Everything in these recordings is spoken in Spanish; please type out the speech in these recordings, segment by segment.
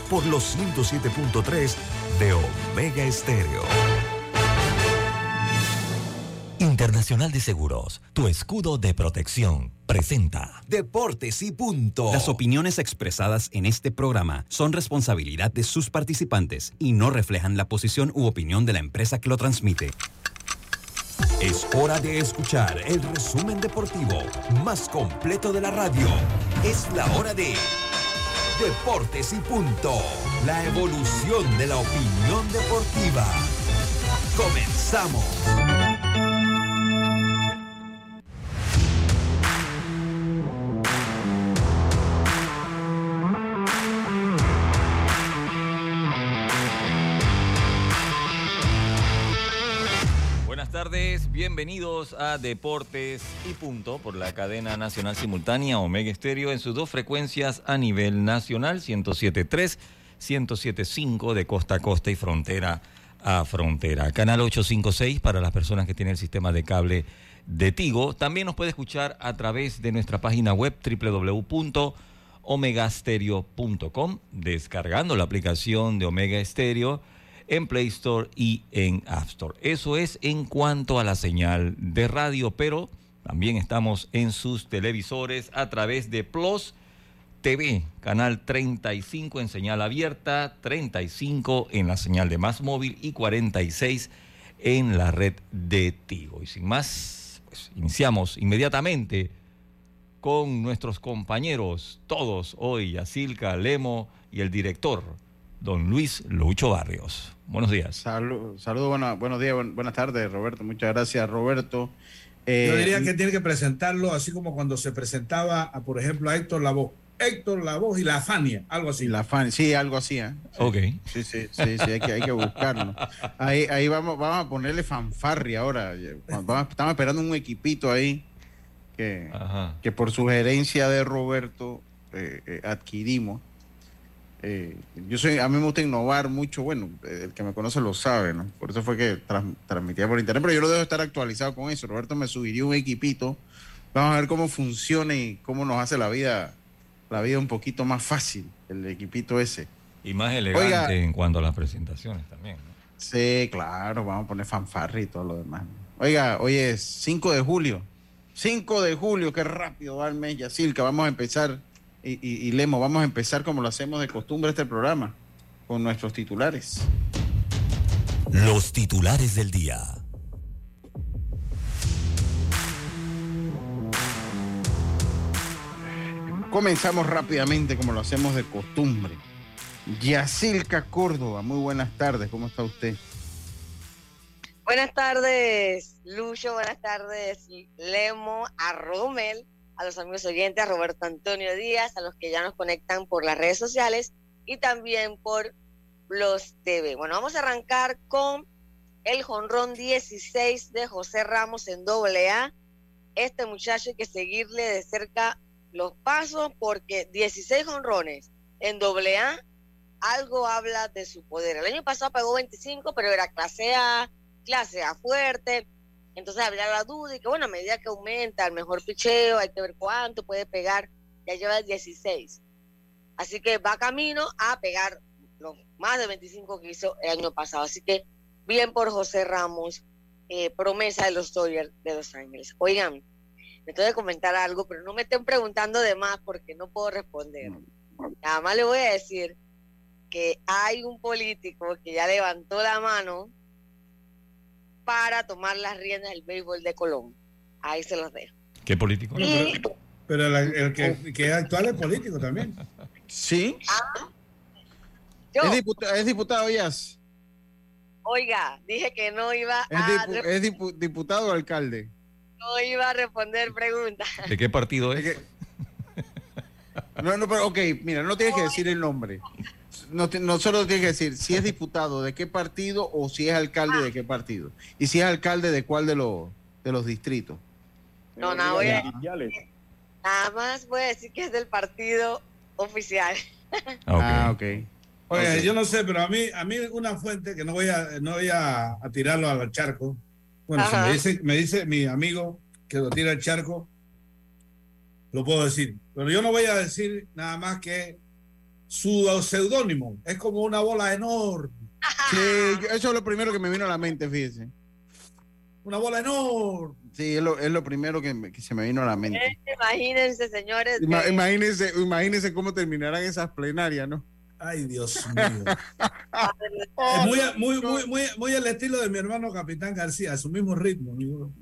por los 107.3 de Omega Estéreo. Internacional de Seguros, tu escudo de protección, presenta Deportes y Punto. Las opiniones expresadas en este programa son responsabilidad de sus participantes y no reflejan la posición u opinión de la empresa que lo transmite. Es hora de escuchar el resumen deportivo más completo de la radio. Es la hora de Deportes y Punto. La evolución de la opinión deportiva. Comenzamos. Buenas tardes, bienvenidos a Deportes y Punto por la cadena nacional simultánea Omega Estéreo en sus dos frecuencias a nivel nacional, 107.3, 107.5 de costa a costa y frontera a frontera. Canal 856 para las personas que tienen el sistema de cable de Tigo. También nos puede escuchar a través de nuestra página web www.omegastereo.com, descargando la aplicación de Omega Estéreo en Play Store y en App Store. Eso es en cuanto a la señal de radio, pero también estamos en sus televisores a través de Plus TV, canal 35 en señal abierta, 35 en la señal de Más Móvil y 46 en la red de Tigo. Y sin más, pues iniciamos inmediatamente con nuestros compañeros, todos hoy, Yacilca, Lemo y el director, don Luis Lucho Barrios. Buenos días. Saludos, buenos días, buenas tardes, Roberto. Muchas gracias, Roberto. Yo diría que tiene que presentarlo así como cuando se presentaba, por ejemplo, a Héctor Lavoe. Héctor Lavoe y la Fania, algo así. La Fania, sí, algo así, ¿eh? Sí. Ok. Sí, hay que buscarlo. Ahí vamos a ponerle fanfarria ahora. Estamos esperando un equipito ahí que por sugerencia de Roberto adquirimos. A mí me gusta innovar mucho, bueno, el que me conoce lo sabe, ¿no? Por eso fue que transmitía por internet, pero yo lo dejo estar actualizado con eso. Roberto me sugirió un equipito, vamos a ver cómo funciona y cómo nos hace la vida un poquito más fácil, el equipito ese. Y más elegante. Oiga, en cuanto a las presentaciones también, ¿no? Sí, claro, vamos a poner fanfarria y todo lo demás. Oiga, hoy es 5 de julio, qué rápido va el mes, Yacilca, vamos a empezar... Y Lemo, vamos a empezar como lo hacemos de costumbre este programa, con nuestros titulares. Los titulares del día. Comenzamos rápidamente como lo hacemos de costumbre. Yacilca Córdoba, muy buenas tardes, ¿cómo está usted? Buenas tardes, Lucho, buenas tardes, Lemo, a Rommel, a los amigos oyentes, a Roberto Antonio Díaz, a los que ya nos conectan por las redes sociales y también por Plus TV. Bueno, vamos a arrancar con el jonrón 16 de José Ramos en AA. Este muchacho hay que seguirle de cerca los pasos porque 16 jonrones en AA, algo habla de su poder. El año pasado pegó 25, pero era clase A fuerte. Entonces habría la duda y que bueno, a medida que aumenta el mejor picheo, hay que ver cuánto puede pegar. Ya lleva 16. Así que va camino a pegar los más de 25 que hizo el año pasado. Así que bien por José Ramos, promesa de los Dodgers de Los Ángeles. Oigan, me tengo que comentar algo, pero no me estén preguntando de más porque no puedo responder. Nada más le voy a decir que hay un político que ya levantó la mano para tomar las riendas del béisbol de Colón. Ahí se los dejo. ¿Qué político? Pero el que es actual es político también. ¿Sí? ¿Es diputado, Yas? Oiga, dije que no iba ¿Es diputado o alcalde? No iba a responder preguntas. ¿De qué partido es? No, pero ok, mira, no tienes que decir el nombre. No solo tienes que decir si es diputado de qué partido o si es alcalde de qué partido. Y si es alcalde de cuál de los distritos. No, nada más voy a decir que es del partido oficial. Ok. Oye, yo no sé, pero a mí una fuente que no voy a tirarlo al charco. Bueno, si me dice mi amigo que lo tira al charco, lo puedo decir. Pero yo no voy a decir nada más que su seudónimo es como una bola enorme. Sí, eso es lo primero que me vino a la mente, fíjese. Una bola enorme. Sí, es lo primero que se me vino a la mente. Imagínense, señores. Imagínense cómo terminarán esas plenarias, ¿no? Ay, Dios mío. Es muy el estilo de mi hermano Capitán García, a su mismo ritmo.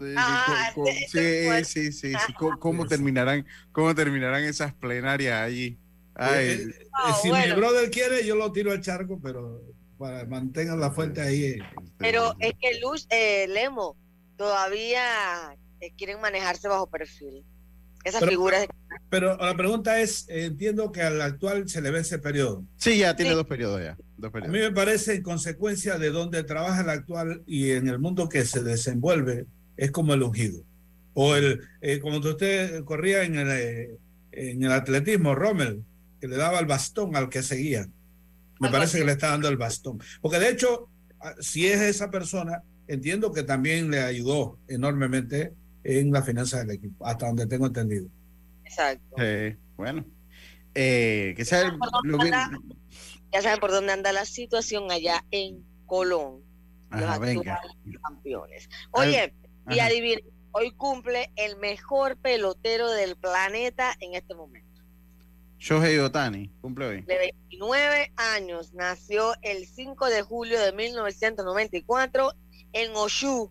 Sí. ¿Cómo terminarán esas plenarias allí? Ay. Si mi brother quiere, yo lo tiro al charco, pero para mantengan la fuente ahí. Pero es que Lemo, todavía quieren manejarse bajo perfil. Esas figuras. Pero la pregunta es, entiendo que al actual se le vence el periodo. Sí, ya tiene 2 periodos ya. A mí me parece, en consecuencia de donde trabaja el actual y en el mundo que se desenvuelve, es como el ungido. O como usted corría en el atletismo, Rommel, que le daba el bastón al que seguía. Me parece que le está dando el bastón. Porque de hecho, si es esa persona, entiendo que también le ayudó enormemente en la finanza del equipo, hasta donde tengo entendido. Exacto. Bueno, ya saben por dónde anda la situación allá en Colón. Los actuales campeones. Oye, y adivinen, hoy cumple el mejor pelotero del planeta en este momento. Shohei Ohtani, cumple hoy. De 29 años, nació el 5 de julio de 1994 en Oshu,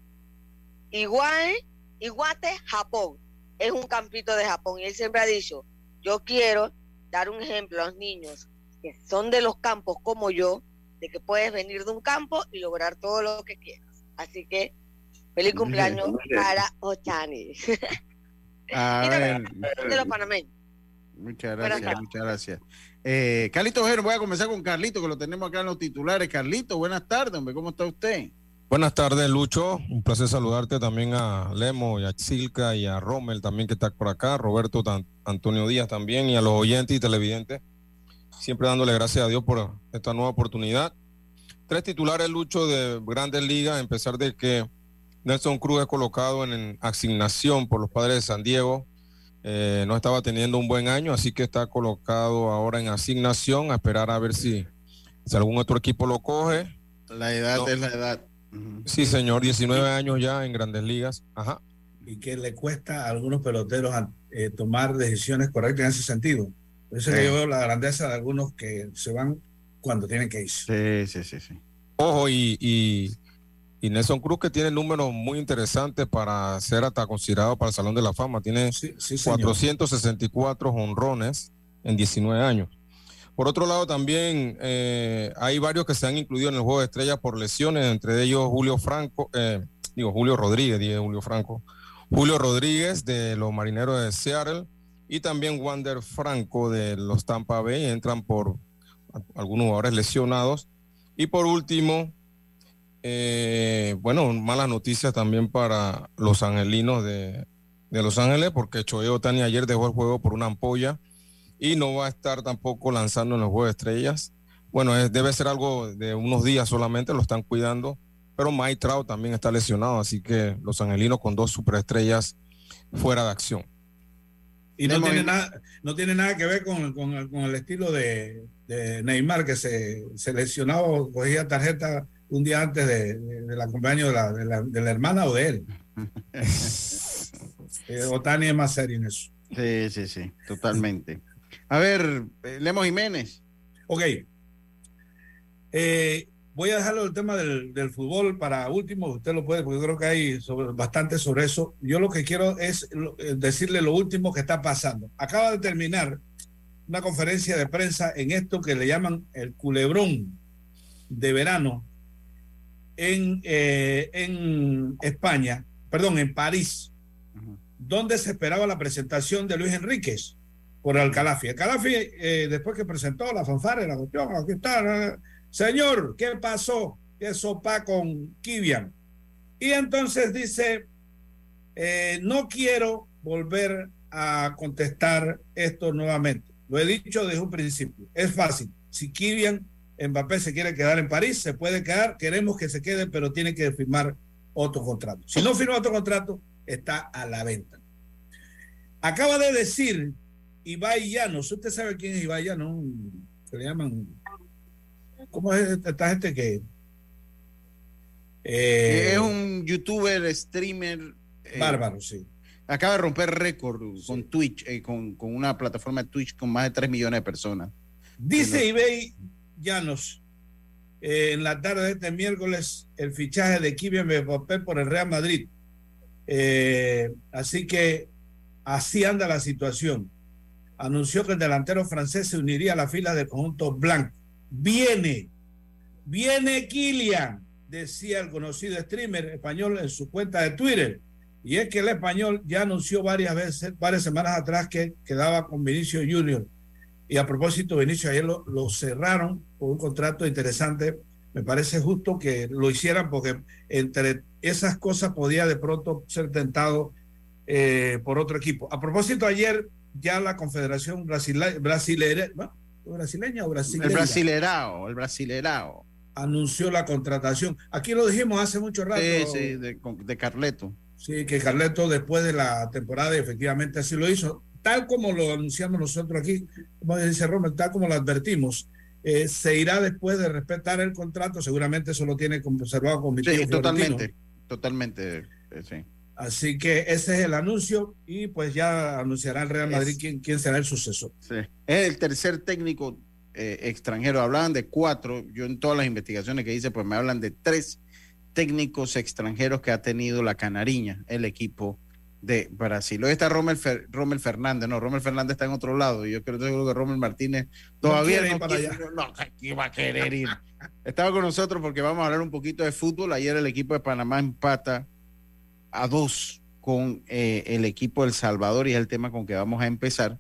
Iwate, Japón. Es un campito de Japón y él siempre ha dicho, yo quiero dar un ejemplo a los niños que son de los campos como yo, de que puedes venir de un campo y lograr todo lo que quieras. Así que feliz cumpleaños para Ohtani. De los panameños. Muchas gracias. Carlito Ojero, voy a comenzar con Carlito, que lo tenemos acá en los titulares. Carlito, buenas tardes, hombre, ¿cómo está usted? Buenas tardes, Lucho. Un placer saludarte también a Lemo y a Silka y a Rommel también, que está por acá, Roberto Antonio Díaz también, y a los oyentes y televidentes. Siempre dándole gracias a Dios por esta nueva oportunidad. 3 titulares, Lucho, de Grandes Ligas, a empezar de que Nelson Cruz es colocado en asignación por los Padres de San Diego. No estaba teniendo un buen año, así que está colocado ahora en asignación, a esperar a ver si algún otro equipo lo coge. La edad es la edad. Sí, señor, 19 años ya en Grandes Ligas. Ajá. Y que le cuesta a algunos peloteros tomar decisiones correctas en ese sentido. Por eso que yo veo la grandeza de algunos que se van cuando tienen que irse. Sí. Ojo, y Nelson Cruz, que tiene números muy interesantes para ser hasta considerado para el Salón de la Fama. Tiene 464 jonrones en 19 años. Por otro lado, también hay varios que se han incluido en el Juego de Estrellas por lesiones, entre ellos Julio Rodríguez de los Marineros de Seattle, y también Wander Franco de los Tampa Bay. Entran por algunos jugadores lesionados. Y por último, malas noticias también para los angelinos de Los Ángeles, porque Shohei Ohtani ayer dejó el juego por una ampolla y no va a estar tampoco lanzando en los Juegos de Estrellas. Bueno, debe ser algo de unos días solamente, lo están cuidando, pero Mike Trout también está lesionado, así que los angelinos con 2 superestrellas fuera de acción. Y no tiene nada que ver con el estilo de Neymar, que se lesionó, cogía tarjeta un día antes del cumpleaños de la hermana o de él. Ohtani es más serio en eso. Sí, totalmente. A ver, Lemo Jiménez. Ok. Voy a dejarlo el tema del fútbol para último. Usted lo puede, porque yo creo que hay bastante sobre eso. Yo lo que quiero es decirle lo último que está pasando. Acaba de terminar una conferencia de prensa en esto que le llaman el culebrón de verano en España, perdón, en París, donde se esperaba la presentación de Luis Enríquez por Al-Khelafi. Al-Khelafi, después que presentó la fanfare, la cuestión, aquí está, señor, ¿qué pasó? ¿Qué sopa con Kivian? Y entonces dice, no quiero volver a contestar esto nuevamente. Lo he dicho desde un principio. Es fácil. Si Kivian Mbappé se quiere quedar en París, se puede quedar. Queremos que se quede, pero tiene que firmar otro contrato. Si no firma otro contrato, está a la venta. Acaba de decir Ibai Llanos. Usted sabe quién es Ibai Llanos, que le llaman, ¿cómo es esta gente que? Es un youtuber, streamer. Bárbaro, sí. Acaba de romper récord con Twitch, con una plataforma de Twitch con más de 3 millones de personas. Dice Ibey Llanos, en la tarde de este miércoles, el fichaje de Kylian Mbappé por el Real Madrid. Así que así anda la situación. Anunció que el delantero francés se uniría a la fila del conjunto blanco. Viene Kylian, decía el conocido streamer español en su cuenta de Twitter. Y es que el español ya anunció varias semanas atrás que quedaba con Vinicius Junior. Y a propósito, Vinicius ayer lo cerraron por un contrato interesante. Me parece justo que lo hicieran porque entre esas cosas podía de pronto ser tentado por otro equipo. A propósito, ayer ya la Confederación Brasileña el Brasilerao anunció la contratación. Aquí lo dijimos hace mucho rato. Sí, de Carleto. Sí, que Carleto después de la temporada efectivamente así lo hizo, tal como lo anunciamos nosotros aquí, como dice Rommel, tal como lo advertimos. Se irá después de respetar el contrato, seguramente eso lo tiene conservado con mi tío Florentino. Totalmente, sí. Así que ese es el anuncio y pues ya anunciará el Real Madrid quién será el sucesor. Sí. Es el tercer técnico extranjero. Hablaban de 4, yo en todas las investigaciones que hice pues me hablan de 3 técnicos extranjeros que ha tenido la Canariña, el equipo de Brasil. Hoy está Rommel Fernández, Rommel Fernández está en otro lado, y yo creo que Rommel Martínez todavía no va a querer ir. Estaba con nosotros porque vamos a hablar un poquito de fútbol. Ayer el equipo de Panamá empata a 2 con el equipo de El Salvador, y es el tema con que vamos a empezar.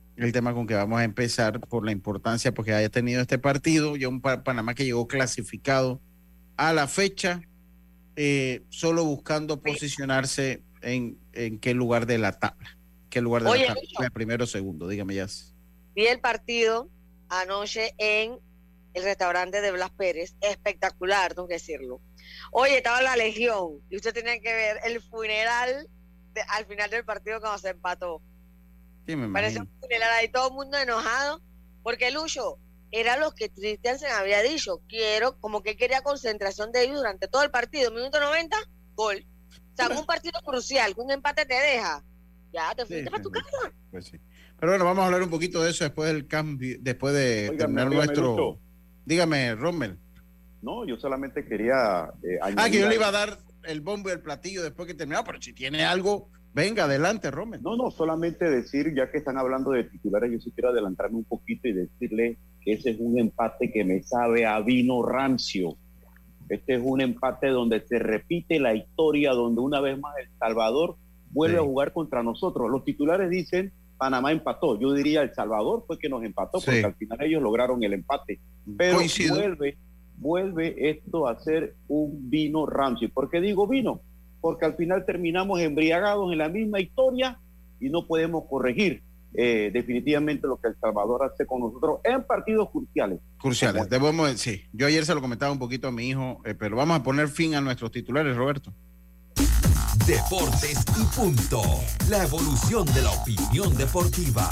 Por la importancia porque haya tenido este partido. Ya un Panamá que llegó clasificado a la fecha, solo buscando posicionarse en qué lugar de la tabla. Primero o segundo, dígame ya. Vi el partido anoche en el restaurante de Blas Pérez, espectacular, tengo que decirlo. Oye, estaba la Legión y usted tenía que ver el funeral al final del partido cuando se empató. Sí, me pareció un funeral ahí, todo el mundo enojado, porque Lucho, era lo que Christiansen había dicho, como que quería concentración de ellos durante todo el partido, minuto 90, gol. O sea, un partido crucial, que un empate te deja, ya te fuiste para tu casa. Pues sí. Pero bueno, vamos a hablar un poquito de eso después del cambio, después de terminar nuestro... Lucho. Dígame, Rommel. No, yo solamente quería añadir... que yo le iba a dar el bombo y el platillo después que terminaba, pero si tiene algo, venga, adelante, Rommel. No, solamente decir, ya que están hablando de titulares, yo sí quiero adelantarme un poquito y decirle que ese es un empate que me sabe a vino rancio. Este es un empate donde se repite la historia, donde una vez más El Salvador vuelve a jugar contra nosotros. Los titulares dicen Panamá empató. Yo diría El Salvador fue que nos empató, porque al final ellos lograron el empate. Pero vuelve esto a ser un vino rancio. ¿Por qué digo vino? Porque al final terminamos embriagados en la misma historia y no podemos corregir definitivamente lo que El Salvador hace con nosotros en partidos cruciales. Sí, yo ayer se lo comentaba un poquito a mi hijo, pero vamos a poner fin a nuestros titulares, Roberto. Deportes y punto. La evolución de la opinión deportiva.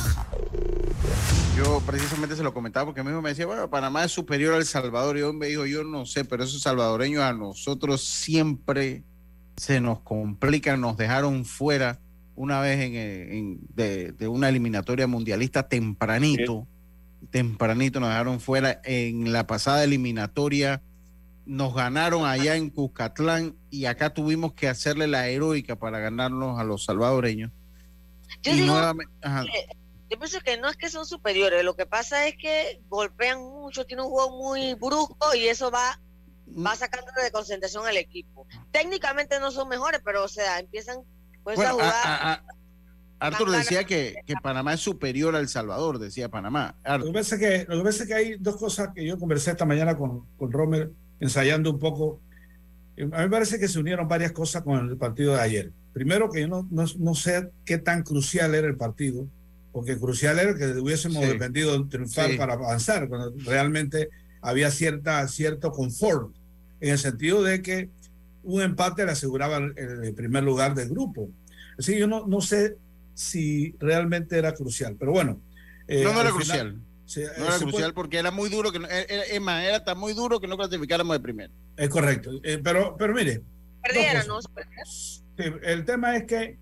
Yo precisamente se lo comentaba porque mi hijo me decía, bueno, Panamá es superior a El Salvador. Y yo me dijo, yo no sé, pero esos salvadoreños a nosotros siempre se nos complican, nos dejaron fuera una vez de una eliminatoria mundialista tempranito nos dejaron fuera. En la pasada eliminatoria nos ganaron allá en Cuscatlán y acá tuvimos que hacerle la heroica para ganarnos a los salvadoreños. Yo pienso que no es que son superiores, lo que pasa es que golpean mucho, tienen un juego muy brusco y eso va sacando de concentración al equipo. Técnicamente no son mejores, pero o sea, empiezan a jugar. Arthur decía que Panamá es superior a El Salvador, decía Panamá. Lo que pasa es que hay dos cosas que yo conversé esta mañana con Rommel, ensayando un poco. A mí me parece que se unieron varias cosas con el partido de ayer. Primero, que yo no sé qué tan crucial era el partido, porque crucial era que hubiésemos dependido de triunfar para avanzar, cuando realmente había cierto confort, en el sentido de que un empate le aseguraba el primer lugar del grupo. Así yo no sé si realmente era crucial, pero bueno. No era crucial. No era crucial porque era muy duro, era tan muy duro que no clasificáramos de primero. Es correcto. Pero mire. Perdieron, ¿no? Sí, el tema es que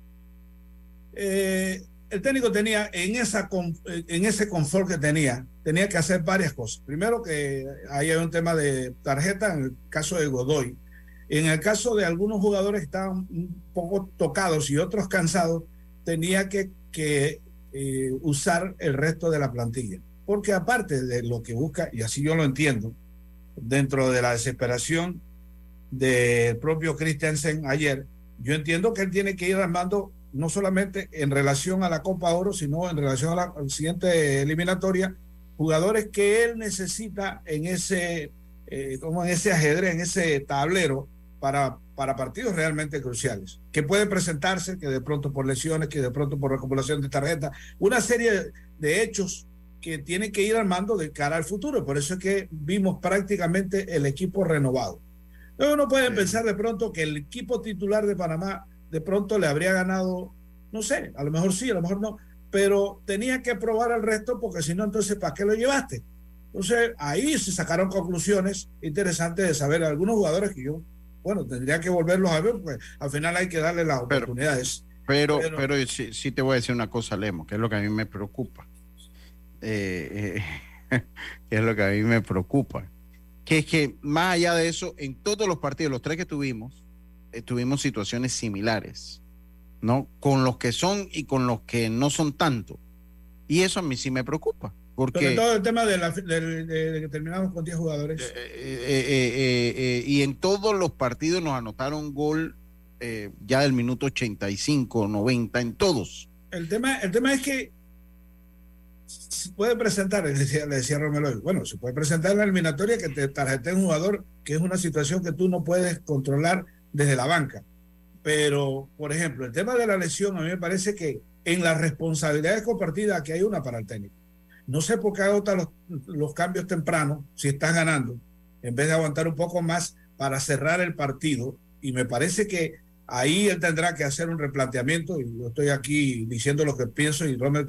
el técnico tenía, en ese confort que tenía que hacer varias cosas. Primero, que ahí hay un tema de tarjeta en el caso de Godoy. En el caso de algunos jugadores que estaban un poco tocados y otros cansados, tenía que usar el resto de la plantilla. Porque aparte de lo que busca, y así yo lo entiendo, dentro de la desesperación del propio Christensen ayer, yo entiendo que él tiene que ir armando no solamente en relación a la Copa Oro, sino en relación a la siguiente eliminatoria, jugadores que él necesita en ese ajedrez, en ese tablero para partidos realmente cruciales, que pueden presentarse, que de pronto por lesiones, que de pronto por acumulación de tarjetas, una serie de hechos que tiene que ir armando de cara al futuro. Por eso es que vimos prácticamente el equipo renovado. Entonces uno puede pensar de pronto que el equipo titular de Panamá de pronto le habría ganado, no sé, a lo mejor sí, a lo mejor no, pero tenía que probar al resto, porque si no, entonces ¿para qué lo llevaste? Entonces ahí se sacaron conclusiones interesantes de saber algunos jugadores que yo, bueno, tendría que volverlos a ver, pues al final hay que darle las oportunidades. Pero sí te voy a decir una cosa, Lemo, que es lo que a mí me preocupa. Que es lo que a mí me preocupa. Que es que más allá de eso, en todos los partidos, los 3 que tuvimos situaciones similares, ¿no? Con los que son y con los que no son tanto. Y eso a mí sí me preocupa. Porque sobre todo el tema de que terminamos con 10 jugadores. Y en todos los partidos nos anotaron gol ya del minuto 85, 90, en todos. El tema es que se puede presentar, le decía Romelo, bueno, se puede presentar en la eliminatoria que te tarjetea un jugador, que es una situación que tú no puedes controlar desde la banca. Pero, por ejemplo, el tema de la lesión, a mí me parece que en las responsabilidades compartidas aquí hay una para el técnico. No sé por qué agota los cambios tempranos si estás ganando, en vez de aguantar un poco más para cerrar el partido. Y me parece que ahí él tendrá que hacer un replanteamiento, y yo estoy aquí diciendo lo que pienso, y Romer,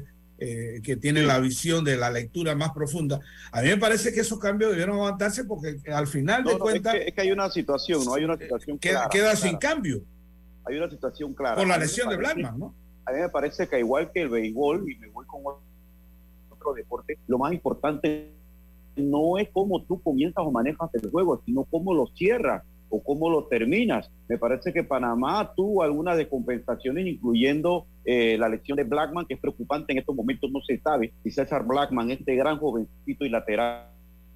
que tiene la visión de la lectura más profunda. A mí me parece que esos cambios debieron aguantarse, porque al final de cuentas es que hay una situación, ¿no? Hay una situación queda sin cambio. Hay una situación clara. Por la lesión de Blackman, ¿no? A mí me parece que igual que el béisbol, y me voy con otro deporte, lo más importante no es cómo tú comienzas o manejas el juego, sino cómo lo cierras o cómo lo terminas. Me parece que Panamá tuvo algunas descompensaciones, incluyendo la lesión de Blackman, que es preocupante en estos momentos. No se sabe si César Blackman, este gran jovencito y lateral,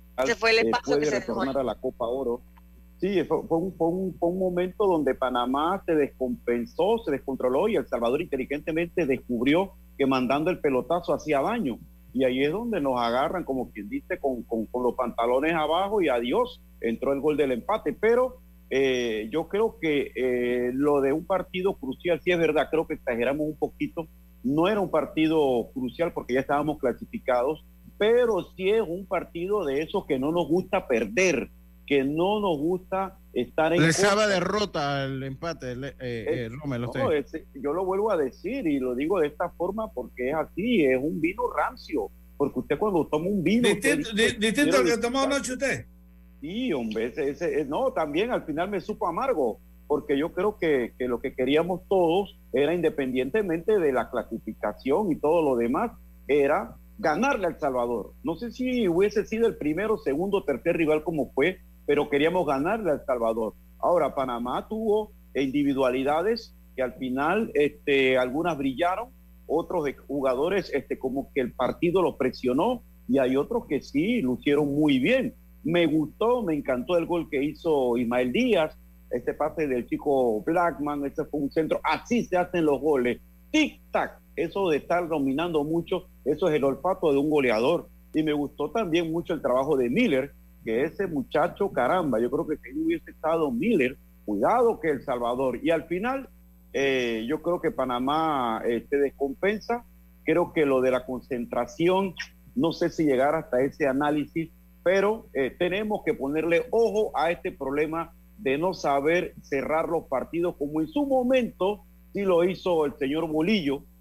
puede retornar a la Copa Oro. Sí, fue un momento donde Panamá se descompensó, se descontroló, y El Salvador inteligentemente descubrió que mandando el pelotazo hacía daño. Y ahí es donde nos agarran, como quien dice, con los pantalones abajo, y adiós, entró el gol del empate. Pero yo creo que lo de un partido crucial, sí es verdad, creo que exageramos un poquito. No era un partido crucial porque ya estábamos clasificados, pero sí es un partido de esos que no nos gusta perder, que no nos gusta estar en... Le sabe derrota el empate, Romelo. No, yo lo vuelvo a decir, y lo digo de esta forma porque es así, es un vino rancio, porque usted cuando toma un vino... Distinto al que tomó anoche usted. Sí, hombre, no, también al final me supo amargo, porque yo creo que lo que queríamos todos era, independientemente de la clasificación y todo lo demás, era ganarle a El Salvador. No sé si hubiese sido el primero, segundo, tercer rival como fue, pero queríamos ganarle a El Salvador. Ahora, Panamá tuvo individualidades que al final algunas brillaron, otros jugadores como que el partido los presionó, y hay otros que sí lucieron muy bien. Me gustó, me encantó el gol que hizo Ismael Díaz, este pase del chico Blackman, ese fue un centro. Así se hacen los goles, tic-tac. Eso de estar dominando mucho, eso es el olfato de un goleador. Y me gustó también mucho el trabajo de Miller, que ese muchacho, caramba, yo creo que si hubiese estado Miller, cuidado que El Salvador. Y al final, yo creo que Panamá se descompensa. Creo que lo de la concentración, no sé si llegar hasta ese análisis, pero tenemos que ponerle ojo a este problema de no saber cerrar los partidos, como en su momento sí lo hizo el señor Bolillo,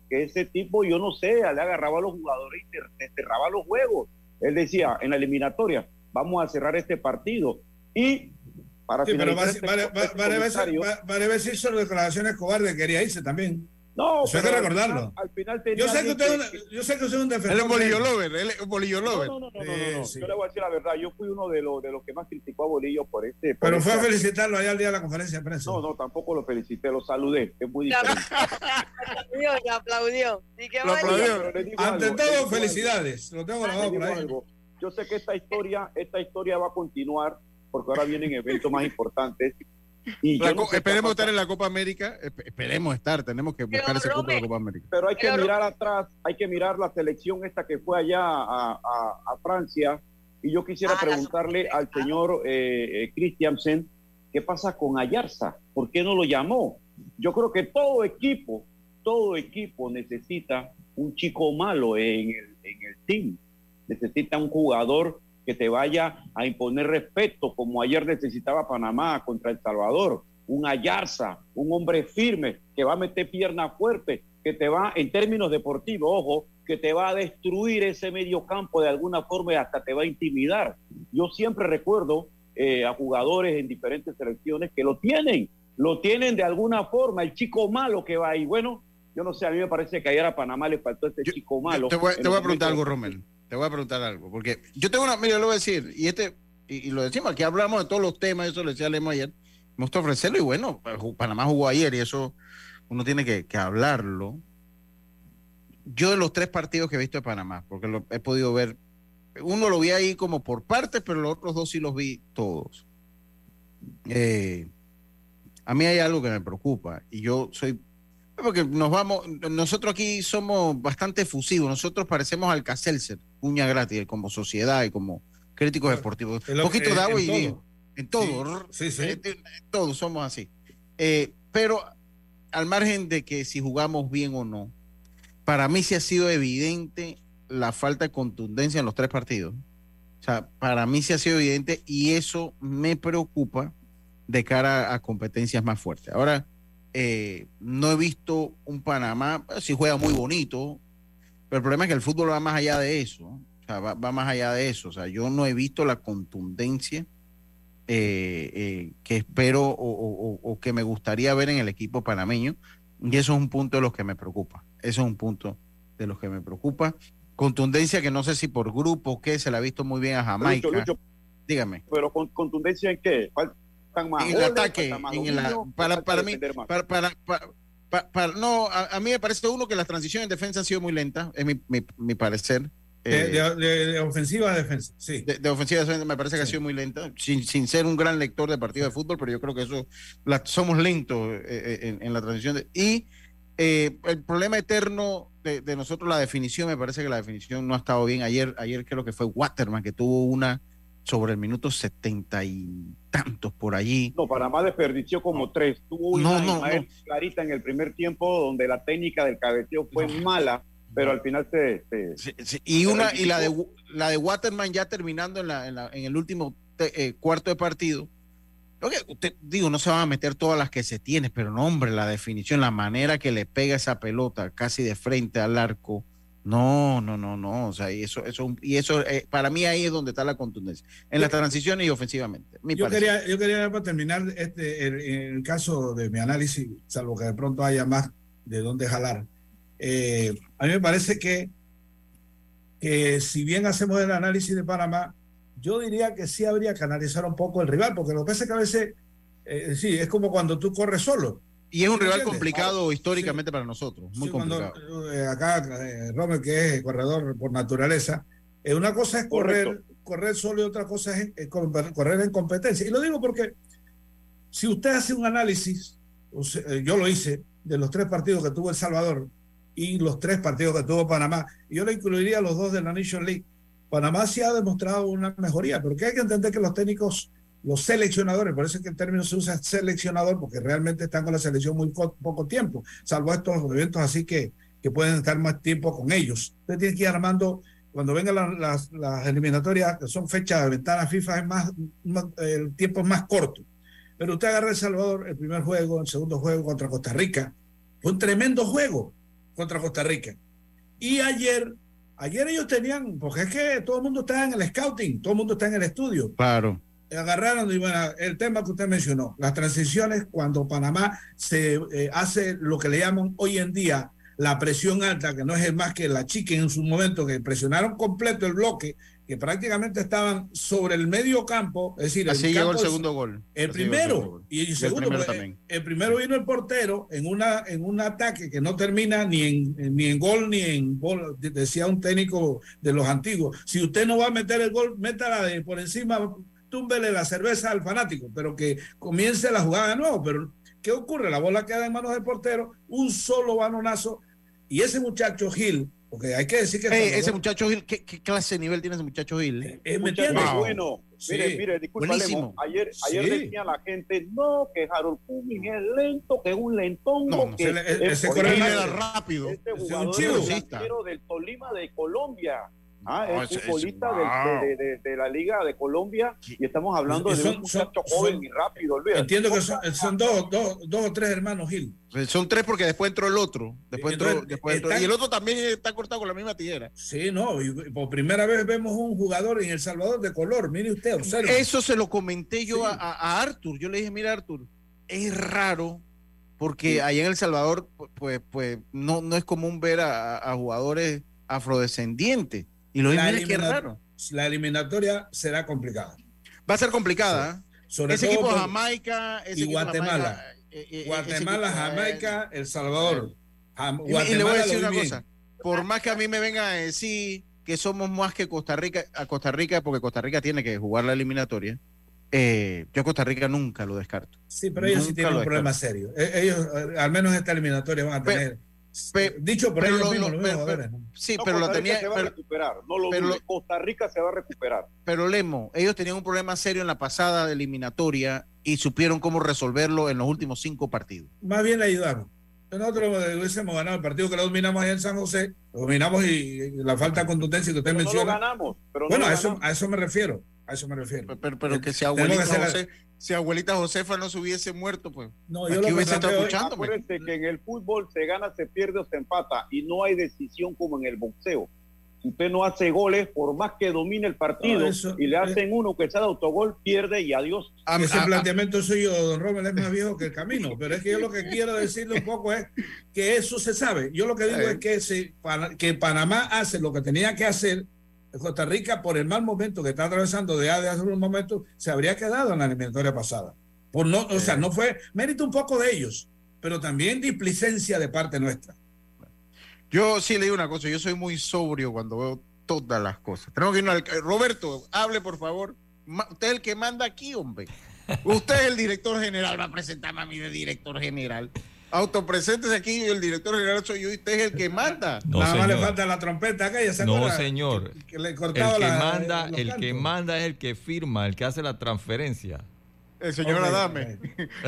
que ese tipo, yo no sé, le agarraba a los jugadores y te cerraba los juegos. Él decía, en la eliminatoria, vamos a cerrar este partido. Y para finalizar... Varias veces hizo declaraciones cobardes, quería irse también. No, eso hay que recordarlo. Al final yo sé que usted es un defensor. Él es Bolillo Lover, No. Sí. Yo le voy a decir la verdad, yo fui uno de los que más criticó a Bolillo por Pero fue a felicitarlo allá al día de la conferencia de prensa. No, tampoco lo felicité, lo saludé, es muy diferente. Le aplaudió. Ante todo, felicidades. Lo tengo grabado por ahí. Yo sé que esta historia va a continuar, porque ahora vienen eventos más importantes. Y esperemos estar en la Copa América, tenemos que buscar ese cupo de la Copa América. Pero hay que mirar atrás, hay que mirar la selección esta que fue allá a Francia, y yo quisiera preguntarle al señor Christiansen, ¿qué pasa con Ayarza? ¿Por qué no lo llamó? Yo creo que todo equipo necesita un chico malo en el team, necesita un jugador que te vaya a imponer respeto, como ayer necesitaba Panamá contra El Salvador, un Ayarza, un hombre firme, que va a meter pierna fuerte, que te va, en términos deportivos, ojo, que te va a destruir ese medio campo de alguna forma y hasta te va a intimidar. Yo siempre recuerdo a jugadores en diferentes selecciones que lo tienen de alguna forma, el chico malo que va ahí. Bueno, yo no sé, a mí me parece que ayer a Panamá le faltó este chico malo. Te voy a preguntar algo, Rommel. Te voy a preguntar algo, porque yo tengo mira, lo voy a decir, y lo decimos, aquí hablamos de todos los temas, eso lo decía Lemo ayer, me gusta ofrecerlo, y bueno, Panamá jugó ayer, y eso uno tiene que hablarlo. Yo de los 3 partidos que he visto de Panamá, porque lo he podido ver, uno lo vi ahí como por partes, pero los otros 2 sí los vi todos. A mí hay algo que me preocupa, y yo soy... Porque nosotros aquí somos bastante efusivos, nosotros parecemos Alka-Seltzer, uña gratis, como sociedad y como críticos deportivos. Un poquito de agua y bien. En todo. Sí. Todos somos así. Pero al margen de que si jugamos bien o no, para mí sí ha sido evidente la falta de contundencia en los 3 partidos. O sea, para mí sí ha sido evidente y eso me preocupa de cara a competencias más fuertes. Ahora, no he visto un Panamá, sí juega muy bonito, pero el problema es que el fútbol va más allá de eso, ¿no? O sea, va más allá de eso. O sea, yo no he visto la contundencia que espero o que me gustaría ver en el equipo panameño, y eso es un punto de los que me preocupa. Eso es un punto de los que me preocupa. Contundencia que no sé si por grupo o qué, se la ha visto muy bien a Jamaica. Lucho, dígame. ¿Pero contundencia en qué? En el ataque, para mí, no, a mí me parece que las transiciones en defensa han sido muy lentas, es mi parecer. De ofensiva a defensa, sí. De ofensiva a defensa me parece que ha sido muy lenta, sin ser un gran lector de partidos de fútbol, pero yo creo que eso, somos lentos en la transición. El problema eterno de nosotros, la definición, me parece que la definición no ha estado bien. Ayer creo que fue Waterman que tuvo una sobre el minuto 70 y tantos por allí. No, Panamá desperdició como 3. Tuvo una clarita en el primer tiempo donde la técnica del cabeceo fue mala, pero al final y la de Waterman ya terminando en el último cuarto de partido. No se van a meter todas las que se tiene, pero no, hombre, la definición, la manera que le pega esa pelota casi de frente al arco. No, o sea, y eso para mí ahí es donde está la contundencia, en las transiciones y ofensivamente. Yo quería para terminar el caso de mi análisis, salvo que de pronto haya más de dónde jalar. A mí me parece que si bien hacemos el análisis de Panamá, yo diría que sí habría que analizar un poco el rival, porque lo que pasa es que a veces sí, es como cuando tú corres solo. Y es un rival complicado históricamente para nosotros, muy complicado. Acá, Rommel, que es corredor por naturaleza, una cosa es correr solo y otra cosa es correr en competencia. Y lo digo porque si usted hace un análisis, yo lo hice, de los 3 partidos que tuvo El Salvador y los 3 partidos que tuvo Panamá, y yo le incluiría los 2 de la Nation League. Panamá sí ha demostrado una mejoría, porque hay que entender que los técnicos, los seleccionadores, por eso es que el término se usa seleccionador, porque realmente están con la selección muy poco tiempo, salvo estos eventos así que pueden estar más tiempo con ellos. Usted tiene que ir armando, cuando vengan las eliminatorias, que son fechas de ventana FIFA, el tiempo es más corto. Pero usted agarra El Salvador, el primer juego, el segundo juego contra Costa Rica, fue un tremendo juego. contra Costa Rica. Y ayer ellos tenían, porque es que todo el mundo está en el scouting, todo el mundo está en el estudio. Claro. Agarraron y bueno, el tema que usted mencionó, las transiciones cuando Panamá se hace lo que le llaman hoy en día la presión alta, que no es más que la chiquen en su momento, que presionaron completo el bloque, que prácticamente estaban sobre el medio campo, es decir, así llegó el segundo gol. El primero, y el segundo, el primero vino el portero en un ataque que no termina ni en gol ni en gol, decía un técnico de los antiguos, si usted no va a meter el gol, métala de por encima, túmbele la cerveza al fanático, pero que comience la jugada de nuevo. Pero ¿qué ocurre? La bola queda en manos del portero, un solo balonazo, y ese muchacho Gil, porque hay que decir que ese muchacho Gil, ¿qué clase de nivel tiene ese muchacho Gil? ¿Me entiendes? Bueno, sí. mire, disculpa, Lemo, ayer decía la gente, no, que Harold Cumming es lento, que es un lentón, que ese corre rápido. Este jugador es del Tolima de Colombia. Es futbolista de la Liga de Colombia, y estamos hablando de un muchacho joven y rápido. Olvídate. Entiendo que son dos o tres hermanos Gil. Son tres porque después entró el otro. Después entró, y el otro también está cortado con la misma tijera. Sí, no, y por primera vez vemos un jugador en El Salvador de color. Mire usted, observe. Eso se lo comenté yo a Arthur. Yo le dije, mira, Arthur, es raro porque allá en El Salvador pues no es común ver a jugadores afrodescendientes. Y lo mismo es que es raro. La eliminatoria será complicada. Va a ser complicada. Sí. Ese equipo Jamaica y Guatemala. Guatemala, Jamaica, El Salvador. Y le voy a decir una cosa. Por más que a mí me vengan a decir que somos más que Costa Rica, porque Costa Rica tiene que jugar la eliminatoria, yo a Costa Rica nunca lo descarto. Sí, pero ellos sí tienen un problema serio. Ellos, al menos esta eliminatoria, van a tener... dicho por ellos mismos, sí, pero la tenía. Se va a recuperar, no lo dudes, Costa Rica se va a recuperar. Pero Lemo, ellos tenían un problema serio en la pasada eliminatoria y supieron cómo resolverlo en los últimos 5 partidos. Más bien le ayudaron. Nosotros hubiésemos ganado el partido que lo dominamos allá en San José, lo dominamos y la falta de contundencia que usted menciona. No lo ganamos. Bueno, a eso me refiero. Pero que si abuelita Josefa no se hubiese muerto, pues no, yo lo hubiese estado escuchando. Acuérdense que en el fútbol se gana, se pierde o se empata, y no hay decisión como en el boxeo. Si usted no hace goles, por más que domine el partido, y le hacen uno que sea de autogol, pierde y adiós. Ese planteamiento suyo, don Rommel, es más viejo que el camino, pero es que yo lo que quiero decirle un poco es que eso se sabe. Yo lo que digo es que Panamá hace lo que tenía que hacer. Costa Rica, por el mal momento que está atravesando de hace un momento, se habría quedado en la eliminatoria pasada. O sea, no fue mérito un poco de ellos, pero también displicencia de parte nuestra. Yo sí le digo una cosa, yo soy muy sobrio cuando veo todas las cosas. Tenemos que irnos al... Roberto, hable por favor. Usted es el que manda aquí, hombre. Usted es el director general, va a presentarme a mí de director general. Autopreséntese aquí, el director general soy yo y usted es el que manda. No, nada señor. más le falta la trompeta acá y no, señor. Que le el que manda es el que firma, el que hace la transferencia. El señor Adame.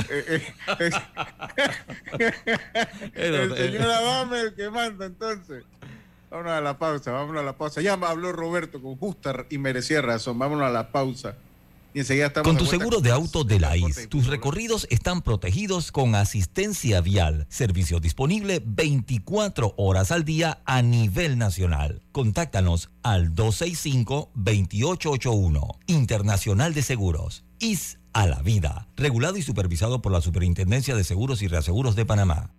El señor Adame el que manda, entonces. Vámonos a la pausa. Ya habló Roberto con justa y merecía razón. Vámonos a la pausa. Y enseguida estamos. Con tu seguro de auto de la IS, tus recorridos están protegidos con asistencia vial. Servicio disponible 24 horas al día a nivel nacional. Contáctanos al 265-2881. Internacional de Seguros. IS a la vida. Regulado y supervisado por la Superintendencia de Seguros y Reaseguros de Panamá.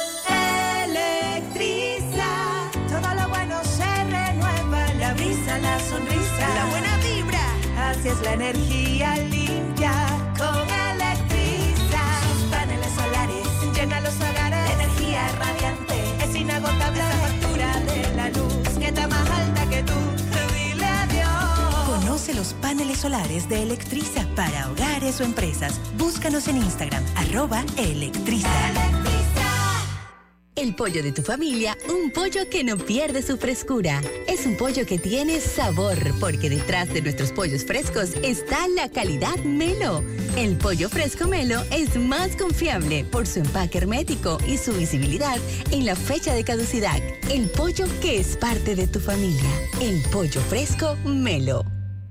Electriza. Todo lo bueno se renueva. La brisa, la sonrisa, la buena vibra. Así es la energía limpia con Electriza. Sus paneles solares llenan los hogares. Energía radiante es inagotable. Esa factura de la luz que está más alta que tú. Dile adiós. Conoce los paneles solares de Electriza para hogares o empresas. Búscanos en Instagram @Electriza. El pollo de tu familia, un pollo que no pierde su frescura. Es un pollo que tiene sabor, porque detrás de nuestros pollos frescos está la calidad Melo. El pollo fresco Melo es más confiable por su empaque hermético y su visibilidad en la fecha de caducidad. El pollo que es parte de tu familia. El pollo fresco Melo.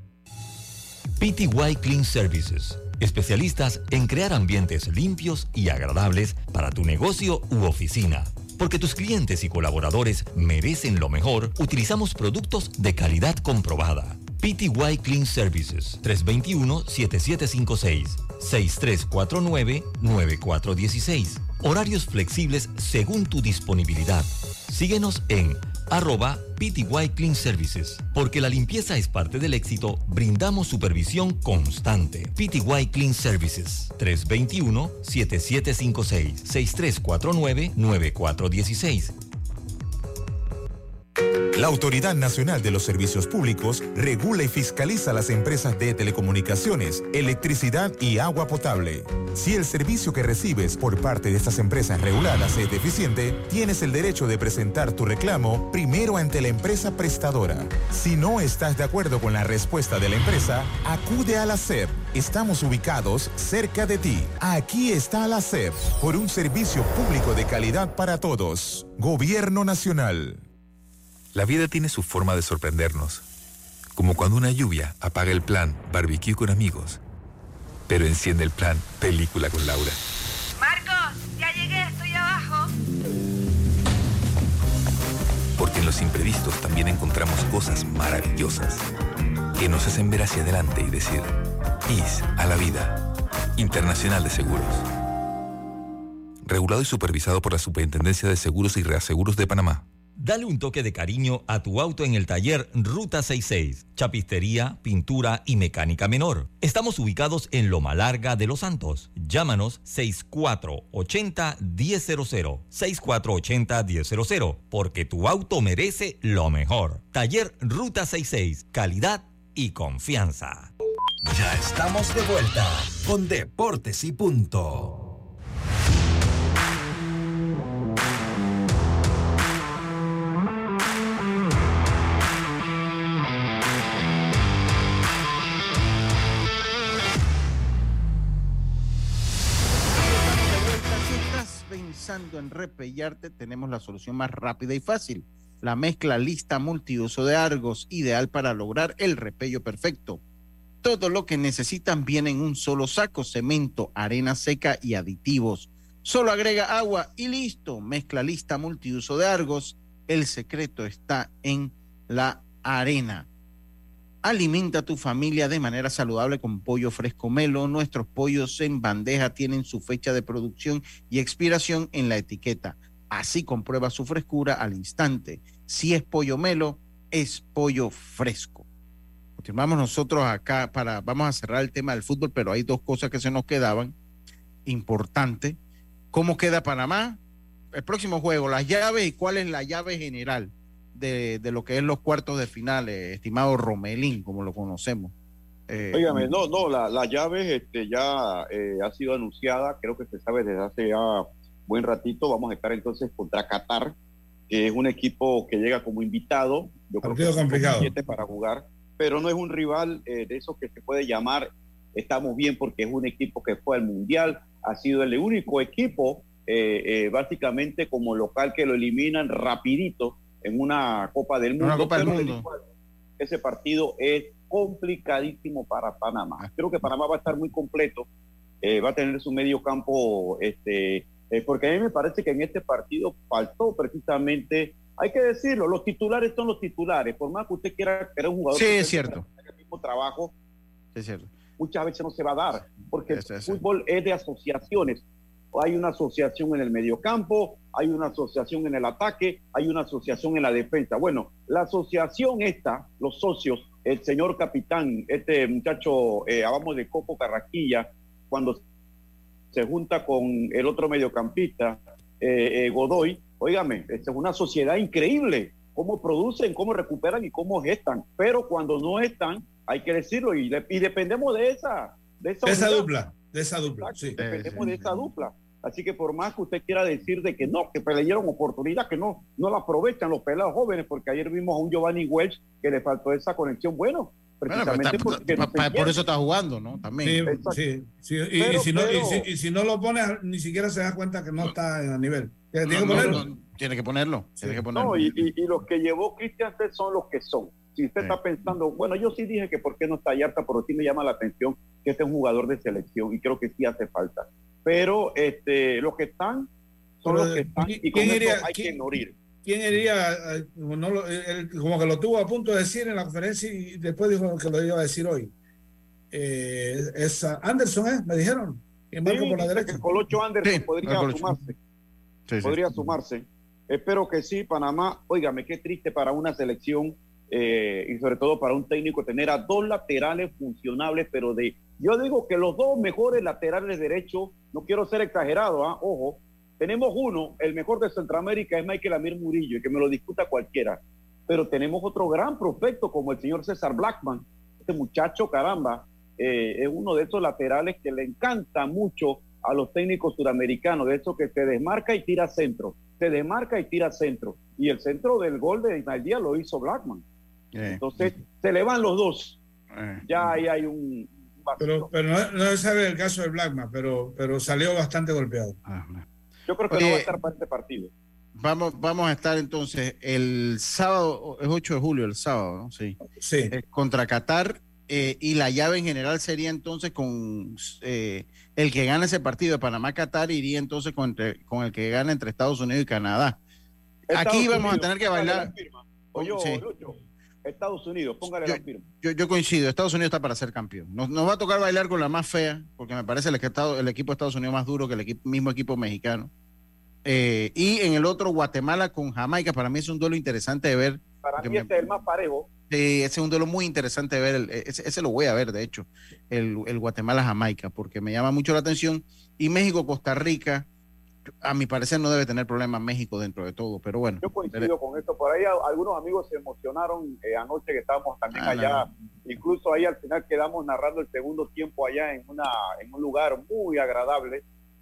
PTY Clean Services. Especialistas en crear ambientes limpios y agradables para tu negocio u oficina. Porque tus clientes y colaboradores merecen lo mejor, utilizamos productos de calidad comprobada. PTY Clean Services, 321-7756, 6349-9416. Horarios flexibles según tu disponibilidad. Síguenos en @PTY Clean Services. Porque la limpieza es parte del éxito, brindamos supervisión constante. PTY Clean Services, 321-7756, 6349-9416. La Autoridad Nacional de los Servicios Públicos regula y fiscaliza las empresas de telecomunicaciones, electricidad y agua potable. Si el servicio que recibes por parte de estas empresas reguladas es deficiente, tienes el derecho de presentar tu reclamo primero ante la empresa prestadora. Si no estás de acuerdo con la respuesta de la empresa, acude a la SEP. Estamos ubicados cerca de ti. Aquí está la SEP, por un servicio público de calidad para todos. Gobierno Nacional. La vida tiene su forma de sorprendernos, como cuando una lluvia apaga el plan barbecue con amigos, pero enciende el plan película con Laura. Marcos, ya llegué, estoy abajo. Porque en los imprevistos también encontramos cosas maravillosas que nos hacen ver hacia adelante y decir, IS a la vida. Internacional de Seguros. Regulado y supervisado por la Superintendencia de Seguros y Reaseguros de Panamá. Dale un toque de cariño a tu auto en el taller Ruta 66, chapistería, pintura y mecánica menor. Estamos ubicados en Loma Larga de Los Santos. Llámanos 6480-1000, 6480-1000, porque tu auto merece lo mejor. Taller Ruta 66, calidad y confianza. Ya estamos de vuelta con Deportes y Punto. Pensando en repellarte, tenemos la solución más rápida y fácil. La mezcla lista multiuso de Argos, ideal para lograr el repello perfecto. Todo lo que necesitan viene en un solo saco: cemento, arena seca y aditivos. Solo agrega agua y listo. Mezcla lista multiuso de Argos. El secreto está en la arena. Alimenta a tu familia de manera saludable con pollo fresco Melo. Nuestros pollos en bandeja tienen su fecha de producción y expiración en la etiqueta. Así comprueba su frescura al instante. Si es pollo Melo, es pollo fresco. Continuamos nosotros acá vamos a cerrar el tema del fútbol, pero hay dos cosas que se nos quedaban importantes. ¿Cómo queda Panamá? El próximo juego, las llaves y cuál es la llave general de lo que es los cuartos de final, estimado Romelín, como lo conocemos. Óigame, la llave ya ha sido anunciada, creo que se sabe desde hace ya buen ratito. Vamos a estar entonces contra Qatar, que es un equipo que llega como invitado. Yo creo que es complicado para jugar, pero no es un rival de esos que se puede llamar estamos bien, porque es un equipo que fue al Mundial, ha sido el único equipo básicamente como local que lo eliminan rapidito en una Copa del Mundo. Ese partido es complicadísimo para Panamá. Creo que Panamá va a estar muy completo, va a tener su medio campo, porque a mí me parece que en este partido faltó precisamente, hay que decirlo, los titulares son los titulares, por más que usted quiera que un jugador, sí, es cierto, el mismo trabajo, es cierto, muchas veces no se va a dar, porque el fútbol es de asociaciones. Hay una asociación en el mediocampo, hay una asociación en el ataque, hay una asociación en la defensa. Bueno, la asociación esta, los socios, el señor capitán, este muchacho, hablamos de Coco Carraquilla, cuando se junta con el otro mediocampista, Godoy, óigame, es una sociedad increíble, cómo producen, cómo recuperan y cómo gestan, pero cuando no están, hay que decirlo, y dependemos de esa dupla. Exacto, sí. Dependemos de esa dupla. Así que por más que usted quiera decir de que no, que le dieron oportunidad, que no la aprovechan los pelados jóvenes, porque ayer vimos a un Giovanni Welch que le faltó esa conexión, precisamente por eso está jugando, ¿no? También. Sí. Y si no lo pones, ni siquiera se da cuenta que no está a nivel. Tiene que ponerlo. No, y los que llevó Cristian son los que son. Si usted está pensando, bueno, yo sí dije que por qué no está Yarta, pero sí me llama la atención que este es un jugador de selección y creo que sí hace falta. Pero los que están son los que están y con eso hay ¿quién, que morir. ¿Quién iría? Como que lo tuvo a punto de decir en la conferencia y después dijo que lo iba a decir hoy. Es Anderson, me dijeron. Que marca por la derecha. El Colocho Anderson podría sumarse. Podría sumarse. Espero que sí, Panamá. Óigame, qué triste para una selección y sobre todo para un técnico tener a dos laterales funcionables, pero yo digo que los dos mejores laterales derechos, no quiero ser exagerado, ojo, tenemos uno, el mejor de Centroamérica es Michael Amir Murillo, y que me lo discuta cualquiera, pero tenemos otro gran prospecto como el señor César Blackman. Este muchacho, caramba, es uno de esos laterales que le encanta mucho a los técnicos suramericanos, de eso que se desmarca y tira centro, y el centro del gol de Ismael Díaz lo hizo Blackman. Entonces se le van los dos, ya ahí hay un vacío. Pero no se sabe el caso de Blackman, pero salió bastante golpeado. Yo creo que no va a estar para este partido. Vamos a estar entonces el sábado, es 8 de julio, el sábado, ¿no? Sí. Contra Qatar, y la llave en general sería entonces con el que gane ese partido de Panamá-Qatar, iría entonces con el que gane entre Estados Unidos y Canadá. Aquí vamos a tener que bailar. Lucho, Estados Unidos, póngale la firma. Yo coincido, Estados Unidos está para ser campeón. Nos va a tocar bailar con la más fea, porque me parece el equipo de Estados Unidos más duro que el mismo equipo mexicano. Y en el otro, Guatemala con Jamaica, para mí es un duelo interesante de ver. Para mí este es el más parejo. Ese es un duelo muy interesante de ver, ese lo voy a ver, de hecho, el Guatemala-Jamaica, porque me llama mucho la atención. Y México-Costa Rica, a mi parecer no debe tener problemas México dentro de todo, pero bueno. Yo coincido con esto. Por ahí algunos amigos se emocionaron anoche que estábamos también allá. Incluso ahí al final quedamos narrando el segundo tiempo allá en un lugar muy agradable.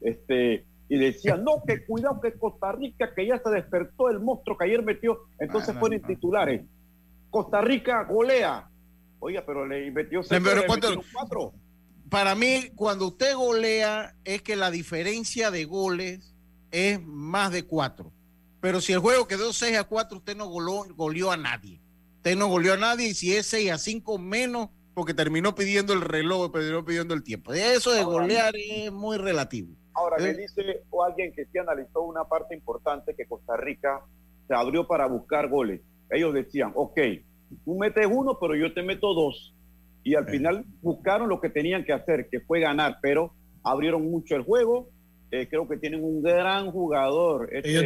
Y decían, no, que cuidado que Costa Rica, que ya se despertó el monstruo que ayer metió. Entonces fueron titulares. Costa Rica golea. Oiga, pero le metió 4. Para mí, cuando usted golea, es que la diferencia de goles es más de 4. Pero si el juego quedó 6-4, usted no goleó a nadie. Usted no goleó a nadie, y si es 6-5 menos, porque terminó pidiendo el reloj, terminó pidiendo el tiempo. Eso de golear es muy relativo. Ahora, me dice alguien que sí analizó una parte importante, que Costa Rica se abrió para buscar goles. Ellos decían, ok, tú metes 1, pero yo te meto 2. Y al final buscaron lo que tenían que hacer, que fue ganar, pero abrieron mucho el juego. Creo que tienen un gran jugador. Ellos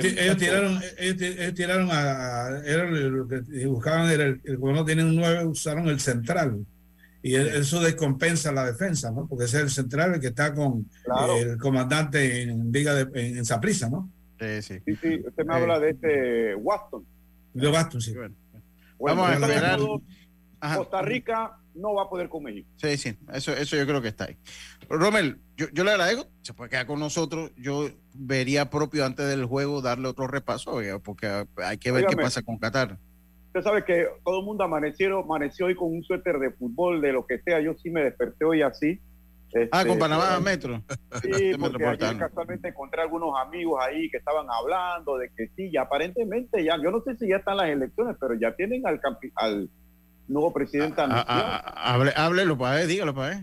tiraron lo que buscaban era cuando tienen un 9, usaron el central. Y eso descompensa la defensa, ¿no? Porque ese es el central el que está con el comandante en Saprissa, ¿no? Sí. Usted me habla de Waston. De Waston, sí. Bueno, vamos a esperar. Costa Rica no va a poder con México. Sí, eso yo creo que está ahí. Rommel, yo le agradezco, se puede quedar con nosotros. Yo vería propio antes del juego darle otro repaso, porque hay que ver qué pasa con Qatar. Usted sabe que todo el mundo amaneció hoy con un suéter de fútbol, de lo que sea. Yo sí me desperté hoy así. Con Panamá Metro. Sí, porque ayer casualmente encontré algunos amigos ahí que estaban hablando de que sí, y aparentemente ya, yo no sé si ya están las elecciones, pero ya tienen al nuevo presidente. Háblelo para ver, dígalo para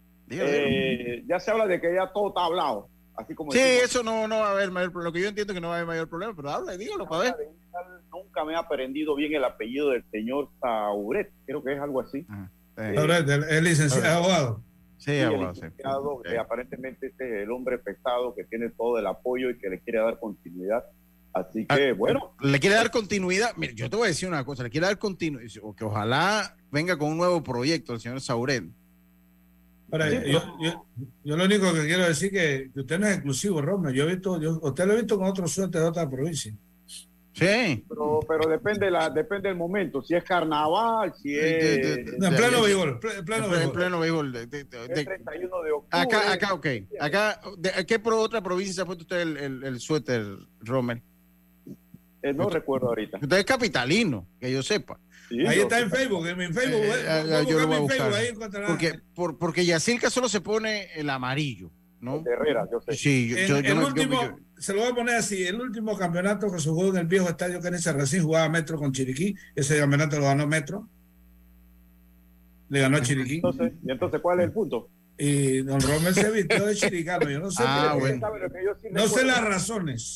ver. Ya se habla de que ya todo está hablado. Así como eso no va a haber mayor, lo que yo entiendo que no va a haber mayor problema, pero dígalo para ver. Nunca me ha aprendido bien el apellido del señor Sauret, creo que es algo así. Sauret, el licenciado abogado. Sí, abogado. Aparentemente este es el hombre pesado que tiene todo el apoyo y que le quiere dar continuidad. Así que, bueno. Le quiere dar continuidad. Mira, yo te voy a decir una cosa, le quiere dar continuidad, o que ojalá venga con un nuevo proyecto el señor Sauret. Ahora, yo lo único que quiero decir que usted no es exclusivo, Rommel. Usted lo he visto con otros suertes de otra provincia. Sí. Pero depende del momento. Si es carnaval, si es... En pleno béisbol. En pleno béisbol. El 31 de octubre. Acá, ok. Acá, ¿a qué otra provincia se ha puesto usted el suéter, Rommel? No recuerdo ahorita. Usted es capitalino, que yo sepa. Sí, ahí está en Facebook, yo lo voy a buscar. Ahí encontrará. Porque Yacirca solo se pone el amarillo, ¿no? El de Herrera, yo sé. Sí, se lo voy a poner así, el último campeonato que se jugó en el viejo estadio Canesa recién jugaba Metro con Chiriquí, ese campeonato lo ganó Metro. Le ganó a Chiriquí. ¿Y entonces cuál es el punto? Y don Rommel se vistió de chiricano. Yo no sé, no sé las razones.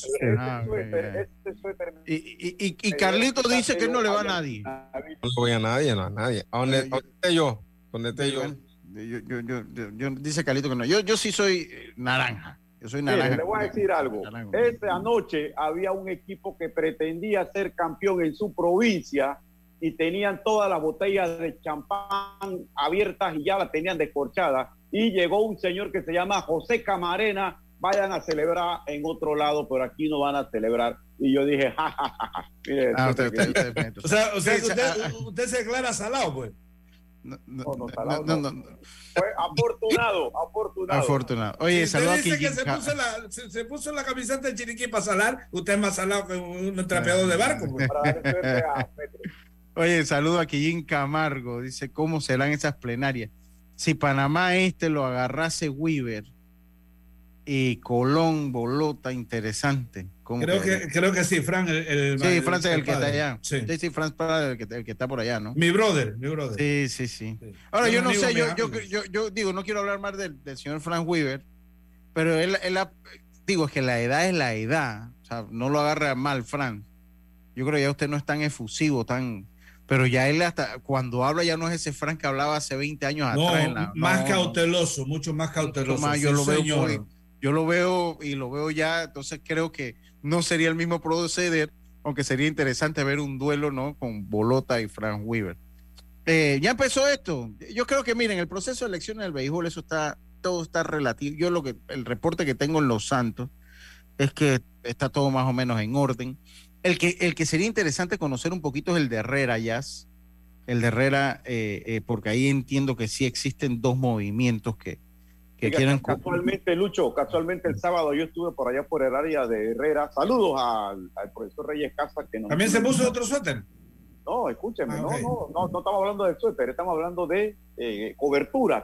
Y Carlito dice que no le va a nadie. No le voy a nadie, no a nadie. ¿A dónde esté yo? ¿Dónde esté yo? Yo dice Carlito que no. Yo sí soy naranja. Yo soy naranja. Le voy a decir algo. Esta noche había un equipo que pretendía ser campeón en su provincia y tenían todas las botellas de champán abiertas y ya las tenían descorchadas. Y llegó un señor que se llama José Camarena. Vayan a celebrar en otro lado, pero aquí no van a celebrar. Y yo dije, jajaja. Mire, o sea que usted se declara salado, pues. No, fue afortunado. Oye, saludos aquí. Dice que se puso la camiseta de Chiriquí para salar. Usted es más salado que un trapeador de barco, pues. Oye, saludo a Quillín Camargo. Dice, ¿cómo serán esas plenarias? Si Panamá lo agarrase Weaver y Colón, Bolota, interesante. Creo que sí, Fran. Sí, Fran es el que está allá. Sí, Fran es el que está por allá, ¿no? Mi brother. Sí. Ahora, yo no sé, yo digo, no quiero hablar más del señor Frank Weaver, pero digo, es que la edad es la edad. O sea, no lo agarra mal, Fran. Yo creo que ya usted no es tan efusivo, pero ya él hasta cuando habla ya no es ese Frank que hablaba hace 20 años atrás. Cauteloso, mucho más cauteloso. Yo lo veo y lo veo ya, entonces creo que no sería el mismo proceder, aunque sería interesante ver un duelo, ¿no? Con Bolota y Frank Weaver. Ya empezó esto. Yo creo que, miren, el proceso de elecciones del béisbol, todo está relativo. El reporte que tengo en Los Santos es que está todo más o menos en orden. El que sería interesante conocer un poquito es el de Herrera, Jazz. El de Herrera, porque ahí entiendo que sí existen dos movimientos que quieren... Casualmente, Lucho, el sábado yo estuve por allá por el área de Herrera. Saludos al profesor Reyes Casas. ¿También se puso otro suéter? No, escúcheme, okay. no estamos hablando de suéter, estamos hablando de coberturas.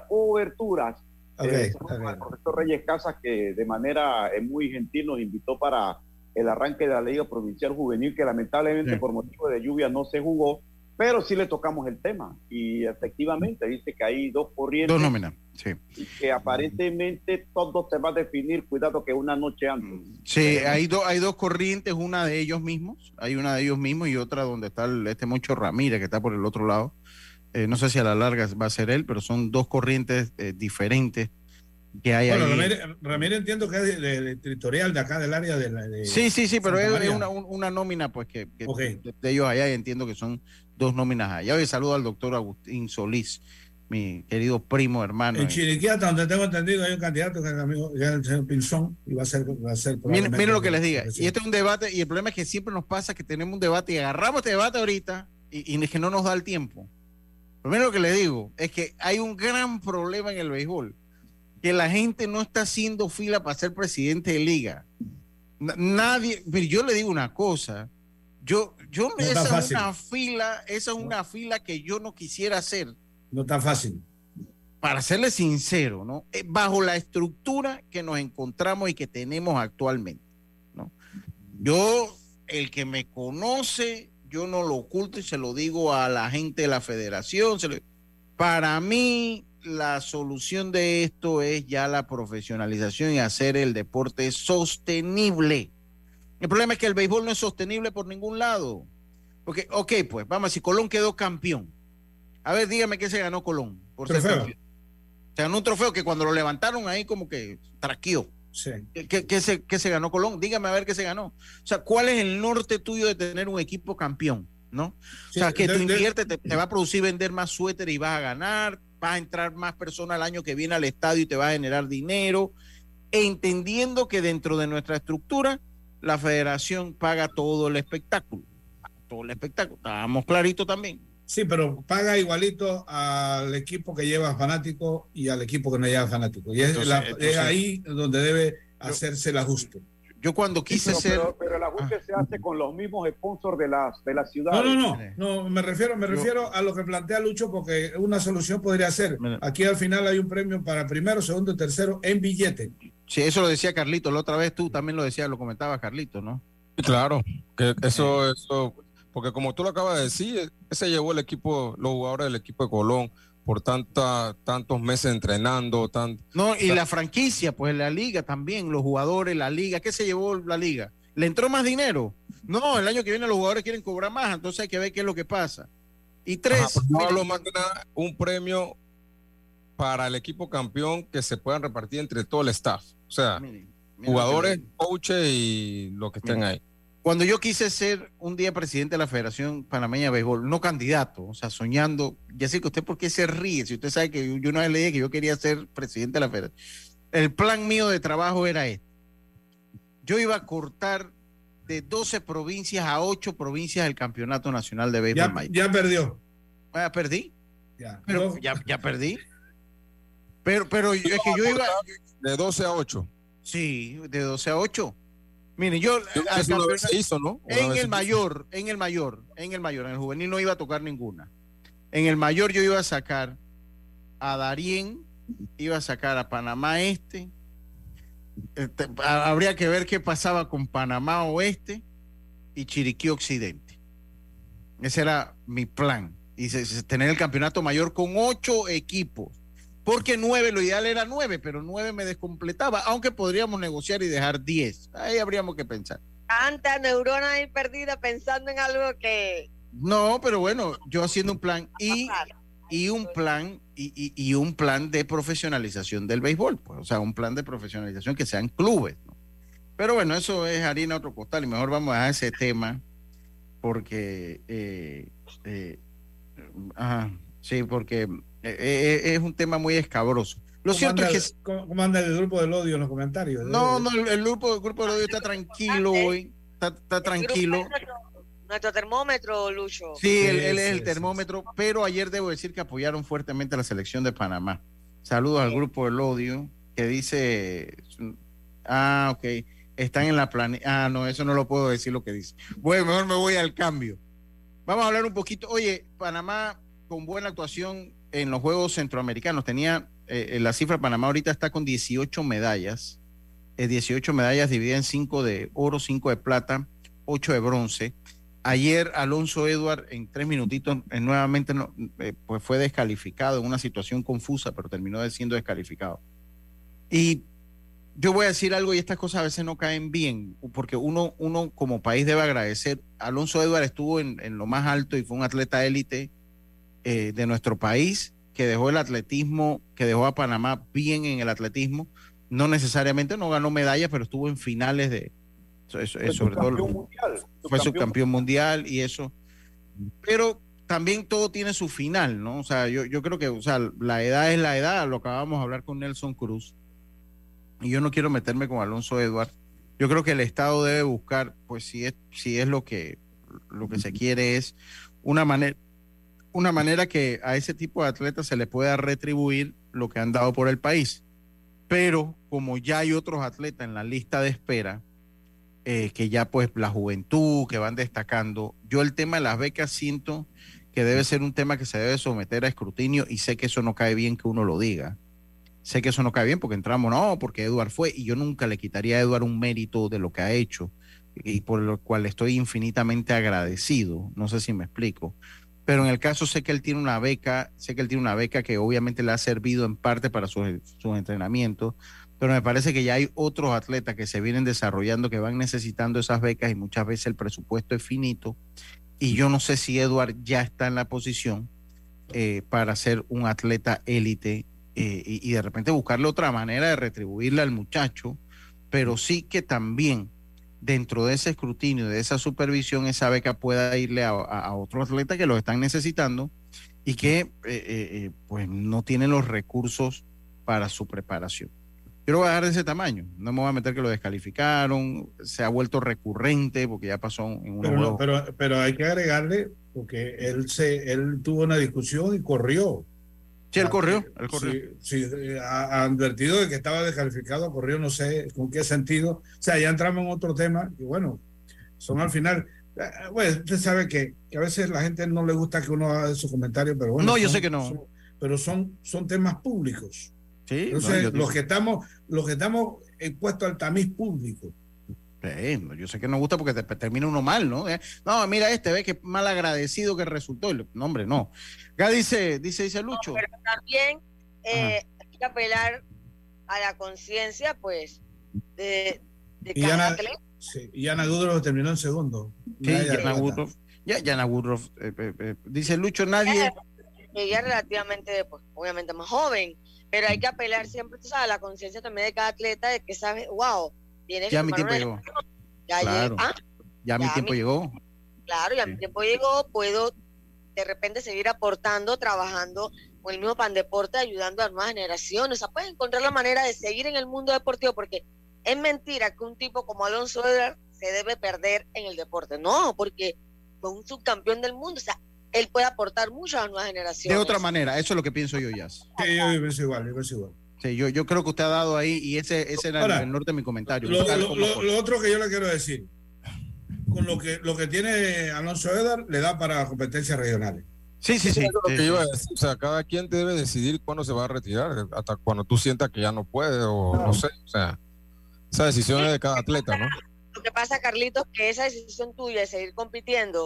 Okay. Al profesor Reyes Casas, que de manera muy gentil nos invitó para el arranque de la Liga Provincial Juvenil, que lamentablemente por motivo de lluvia no se jugó, pero sí le tocamos el tema. Y efectivamente dice que hay dos corrientes. Dos nóminas, sí. Y que aparentemente todo se va a definir, cuidado que una noche antes. Sí, hay dos corrientes, una de ellos mismos, y otra donde está Moncho Ramírez, que está por el otro lado. No sé si a la larga va a ser él, pero son dos corrientes diferentes que hay ahí. Ramírez entiendo que es del territorial de acá, del área de sí, pero es una nómina pues que okay. de ellos allá, y entiendo que son dos nóminas allá. Hoy saludo al doctor Agustín Solís, mi querido primo hermano. En Chiriquí, hasta donde tengo entendido, hay un candidato que es amigo, ya el señor Pinzón, y va a ser Miren lo que les diga, y este es un debate, y el problema es que siempre nos pasa que tenemos un debate y agarramos este debate ahorita y es que no nos da el tiempo. Primero lo que les digo es que hay un gran problema en el béisbol, que la gente no está haciendo fila para ser presidente de liga. Nadie, pero yo le digo una cosa, esa es una fila que yo no quisiera hacer. No está fácil. Para serle sincero, ¿no? Bajo la estructura que nos encontramos y que tenemos actualmente, ¿no? Yo, el que me conoce, yo no lo oculto y se lo digo a la gente de la federación. Para mí, la solución de esto es ya la profesionalización y hacer el deporte sostenible. El problema es que el béisbol no es sostenible por ningún lado. Porque, pues, vamos, si Colón quedó campeón. A ver, dígame qué se ganó Colón por ser campeón. Se ganó un trofeo que cuando lo levantaron ahí como que traqueó. Sí. ¿Qué se ganó Colón? Dígame a ver qué se ganó. O sea, ¿cuál es el norte tuyo de tener un equipo campeón? ¿No? Sí, o sea, que tú inviertes, te va a producir vender más suéter y vas a ganar, vas a entrar más personas el año que viene al estadio y te va a generar dinero, entendiendo que dentro de nuestra estructura la federación paga todo el espectáculo. Estábamos claritos también. Sí, pero paga igualito al equipo que lleva fanáticos y al equipo que no lleva fanáticos. Y es ahí donde debe hacerse el ajuste. Yo cuando quise ser... Pero el ajuste se hace con los mismos sponsors de la ciudad. No, me refiero a lo que plantea Lucho, porque una solución podría ser, aquí al final hay un premio para primero, segundo y tercero en billete. Sí, eso lo decía Carlito, la otra vez tú también lo decías, lo comentaba Carlito, ¿no? Claro, que eso, porque como tú lo acabas de decir, ese llevó el equipo, los jugadores del equipo de Colón, por tantos meses entrenando. No, y la franquicia, pues la liga también, los jugadores, la liga, ¿qué se llevó la liga? ¿Le entró más dinero? No, el año que viene los jugadores quieren cobrar más, entonces hay que ver qué es lo que pasa. Y 3, pues no hablo más que nada, un premio para el equipo campeón que se puedan repartir entre todo el staff, o sea, jugadores, coaches y los que estén ahí. Cuando yo quise ser un día presidente de la Federación Panameña de Béisbol, no candidato, o sea, soñando, ya sé que usted por qué se ríe, si usted sabe que yo una vez le dije que yo quería ser presidente de la Federación. El plan mío de trabajo era este. Yo iba a cortar de 12 provincias a 8 provincias del Campeonato Nacional de Béisbol. Ya perdió. Ya perdí. Pero no. ya perdí. Pero es que yo iba... De 12 a 8. Sí, de 12 a 8. Miren, yo se hizo, ¿no? En el mayor, en el juvenil no iba a tocar ninguna. En el mayor yo iba a sacar a Darién, iba a sacar a Panamá Este, habría que ver qué pasaba con Panamá Oeste y Chiriquí Occidente. Ese era mi plan, y tener el campeonato mayor con 8 equipos. Porque 9, lo ideal era 9, pero 9 me descompletaba, aunque podríamos negociar y dejar 10. Ahí habríamos que pensar. Tanta neurona ahí perdida pensando en algo que... No, pero bueno, yo haciendo un plan y un plan de profesionalización del béisbol, pues, o sea, un plan de profesionalización que sean clubes, ¿no? Pero bueno, eso es harina otro costal y mejor vamos a ese tema porque sí, porque es un tema muy escabroso. Lo cierto es que... ¿Cómo anda el grupo del odio en los comentarios? No, el grupo del odio está tranquilo hoy. Está tranquilo. Nuestro termómetro, Lucho. Sí, él es el termómetro, pero ayer debo decir que apoyaron fuertemente a la selección de Panamá. Saludos al grupo del odio que dice... ok. Están en la no, eso no lo puedo decir lo que dice. Bueno, mejor me voy al cambio. Vamos a hablar un poquito. Oye, Panamá con buena actuación en los Juegos Centroamericanos. Tenía la cifra, Panamá ahorita está con 18 medallas. 18 medallas divididas en 5 de oro, 5 de plata, 8 de bronce. Ayer Alonso Edward en 3 minutitos nuevamente pues fue descalificado en una situación confusa, pero terminó siendo descalificado. Y yo voy a decir algo, y estas cosas a veces no caen bien, porque uno como país debe agradecer. Alonso Edward estuvo en lo más alto y fue un atleta élite de nuestro país, que dejó el atletismo, que dejó a Panamá bien en el atletismo. No necesariamente no ganó medallas, pero estuvo en finales de... sobre todo fue subcampeón mundial y eso. Pero también todo tiene su final, ¿no? O sea, yo creo que, o sea, la edad es la edad, lo acabamos de hablar con Nelson Cruz. Y yo no quiero meterme con Alonso Edward. Yo creo que el Estado debe buscar, pues si es lo que se quiere es una manera que a ese tipo de atletas se le pueda retribuir lo que han dado por el país. Pero como ya hay otros atletas en la lista de espera, que ya pues la juventud, que van destacando, yo el tema de las becas siento que debe ser un tema que se debe someter a escrutinio, y sé que eso no cae bien que uno lo diga. Sé que eso no cae bien porque porque Edward fue, y yo nunca le quitaría a Edward un mérito de lo que ha hecho y por lo cual estoy infinitamente agradecido. No sé si me explico. Pero en el caso sé que él tiene una beca, que obviamente le ha servido en parte para sus entrenamientos, pero me parece que ya hay otros atletas que se vienen desarrollando que van necesitando esas becas, y muchas veces el presupuesto es finito, y yo no sé si Edward ya está en la posición para ser un atleta élite, y de repente buscarle otra manera de retribuirle al muchacho, pero sí que también dentro de ese escrutinio, de esa supervisión, esa beca pueda irle a otros atletas que los están necesitando y que pues no tienen los recursos para su preparación. Yo lo voy a dejar de ese tamaño, no me voy a meter que lo descalificaron, se ha vuelto recurrente porque ya pasó en unos juegos. Pero hay que agregarle, porque él tuvo una discusión y corrió. Sí, él corrió. Sí, ha advertido de que estaba descalificado, corrió, no sé con qué sentido. O sea, ya entramos en otro tema, y bueno, son al final... Bueno, usted sabe que a veces la gente no le gusta que uno haga esos comentarios, pero bueno... No, yo sé que no. Pero son temas públicos. Sí. Entonces, los que estamos expuestos al tamiz público. Yo sé que no gusta porque termina uno mal, ¿no? No, mira ve que mal agradecido que resultó. No, hombre, no. Acá dice Lucho. No, pero también hay que apelar a la conciencia, pues, de cada atleta. Sí, y Yana Goodruff terminó en segundo. Sí, Yana Goodruff. Dice Lucho, nadie... Ella es relativamente, pues, obviamente más joven, pero hay que apelar siempre, tú sabes, a la conciencia también de cada atleta, de que sabe, wow, tienes que ya mi tiempo llegó. Ya mi tiempo llegó. Claro, ya mi tiempo llegó, puedo de repente seguir aportando, trabajando con el mismo Pandeporte, ayudando a nuevas generaciones. O sea, puedes encontrar la manera de seguir en el mundo deportivo, porque es mentira que un tipo como Alonso Edwards se debe perder en el deporte. No, porque fue un subcampeón del mundo, o sea, él puede aportar mucho a las nuevas generaciones. De otra manera, eso es lo que pienso yo, Jazz. Sí, yo pienso igual. Sí, yo creo que usted ha dado ahí, y ese era el norte de mi comentario. Lo otro que yo le quiero decir, con lo que tiene Alonso Edwards, le da para competencias regionales. Sí. Eso es lo que yo iba a decir. O sea, cada quien debe decidir cuándo se va a retirar, hasta cuando tú sientas que ya no puede, o no sé. O sea, esa decisión es de cada atleta, ¿no? Lo que pasa, Carlitos, que esa decisión tuya de seguir compitiendo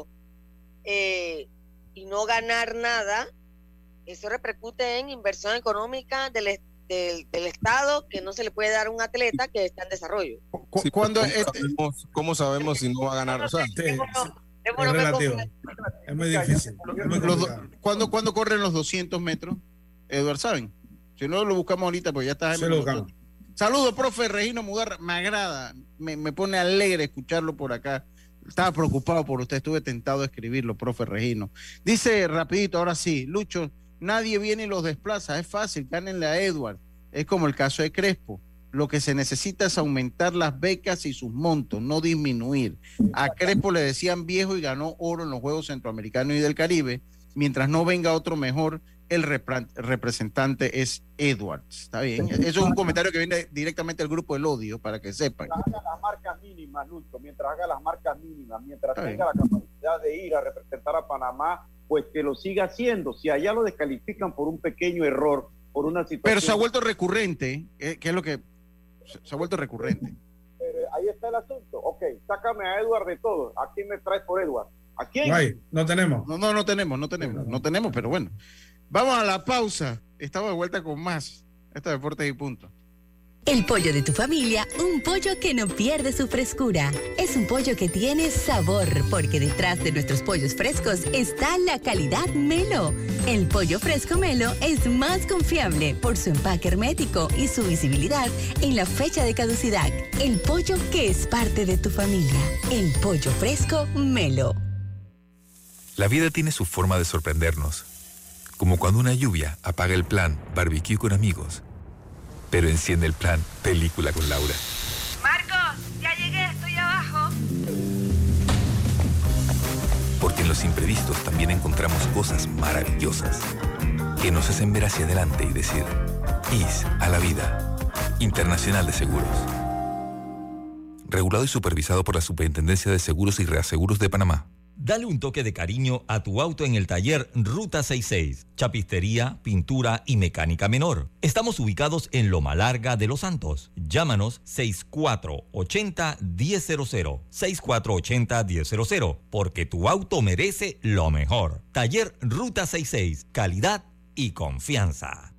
y no ganar nada, eso repercute en inversión económica del Estado que no se le puede dar a un atleta que está en desarrollo. Sí, ¿cómo sabemos si no va a ganar? O sea, es relativo. Es muy difícil. ¿Cuándo corren los 200 metros? Eduardo, ¿saben? Si no, lo buscamos ahorita, pues ya está. Saludos, profe Regino Mugarra. Me agrada, me pone alegre escucharlo por acá. Estaba preocupado por usted, estuve tentado de escribirlo, profe Regino. Dice rapidito, ahora sí, Lucho, nadie viene y los desplaza, es fácil, gánenle a Edwards. Es como el caso de Crespo. Lo que se necesita es aumentar las becas y sus montos, no disminuir. A Crespo le decían viejo y ganó oro en los Juegos Centroamericanos y del Caribe. Mientras no venga otro mejor, el representante es Edwards. Está bien. Eso es un comentario que viene directamente del grupo del odio, para que sepan. Haga las marcas mínimas, Lucho, mientras haga las marcas mínimas, mientras tenga la capacidad de ir a representar a Panamá, pues que lo siga haciendo. Si allá lo descalifican por un pequeño error, por una situación... Pero se ha vuelto recurrente, ¿qué es lo que se ha vuelto recurrente? Ahí está el asunto. Ok, sácame a Edwards de todo. ¿A quién me traes por Edwards? ¿A quién? No tenemos. No tenemos, pero bueno. Vamos a la pausa. Estamos de vuelta con más. Esto es Deportes y Punto. El pollo de tu familia, un pollo que no pierde su frescura. Es un pollo que tiene sabor, porque detrás de nuestros pollos frescos está la calidad Melo. El pollo fresco Melo es más confiable por su empaque hermético y su visibilidad en la fecha de caducidad. El pollo que es parte de tu familia. El pollo fresco Melo. La vida tiene su forma de sorprendernos. Como cuando una lluvia apaga el plan barbecue con amigos, pero enciende el plan película con Laura. Marcos, ya llegué, estoy abajo. Porque en los imprevistos también encontramos cosas maravillosas que nos hacen ver hacia adelante y decir, IS a la vida. Internacional de Seguros. Regulado y supervisado por la Superintendencia de Seguros y Reaseguros de Panamá. Dale un toque de cariño a tu auto en el taller Ruta 66. Chapistería, pintura y mecánica menor. Estamos ubicados en Loma Larga de Los Santos. Llámanos 6480-1000. 6480-1000. Porque tu auto merece lo mejor. Taller Ruta 66. Calidad y confianza.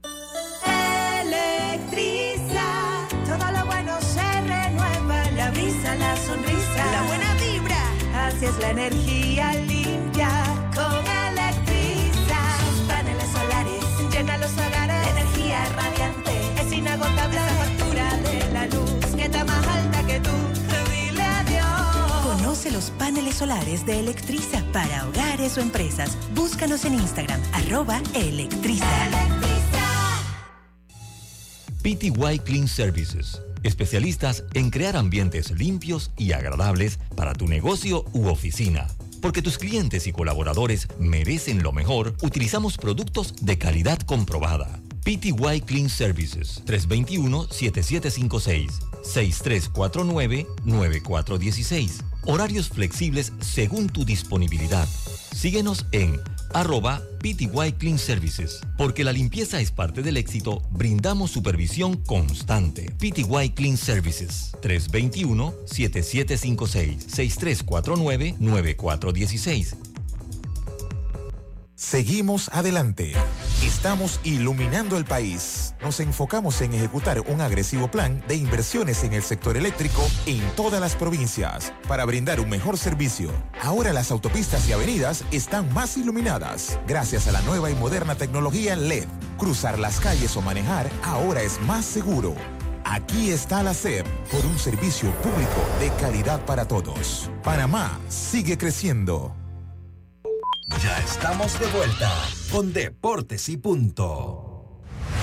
Electriza, todo lo bueno se renueva. La brisa, la sonrisa, la buena vibra. Así es la energía limpia con Electriza. Sus paneles solares llenan los hogares. La energía radiante es inagotable. Esa factura de la luz que está más alta que tú. Dile adiós. Conoce los paneles solares de Electriza para hogares o empresas. Búscanos en Instagram, @Electriza. PTY Clean Services. Especialistas en crear ambientes limpios y agradables para tu negocio u oficina. Porque tus clientes y colaboradores merecen lo mejor, utilizamos productos de calidad comprobada. PTY Clean Services, 321-7756, 6349-9416. Horarios flexibles según tu disponibilidad. Síguenos en @PTY Clean Services. Porque la limpieza es parte del éxito, brindamos supervisión constante. PTY Clean Services, 321-7756-6349-9416. Seguimos adelante. Estamos iluminando el país. Nos enfocamos en ejecutar un agresivo plan de inversiones en el sector eléctrico en todas las provincias para brindar un mejor servicio. Ahora las autopistas y avenidas están más iluminadas gracias a la nueva y moderna tecnología LED. Cruzar las calles o manejar ahora es más seguro. Aquí está la SEP por un servicio público de calidad para todos. Panamá sigue creciendo. Ya estamos de vuelta con Deportes y Punto.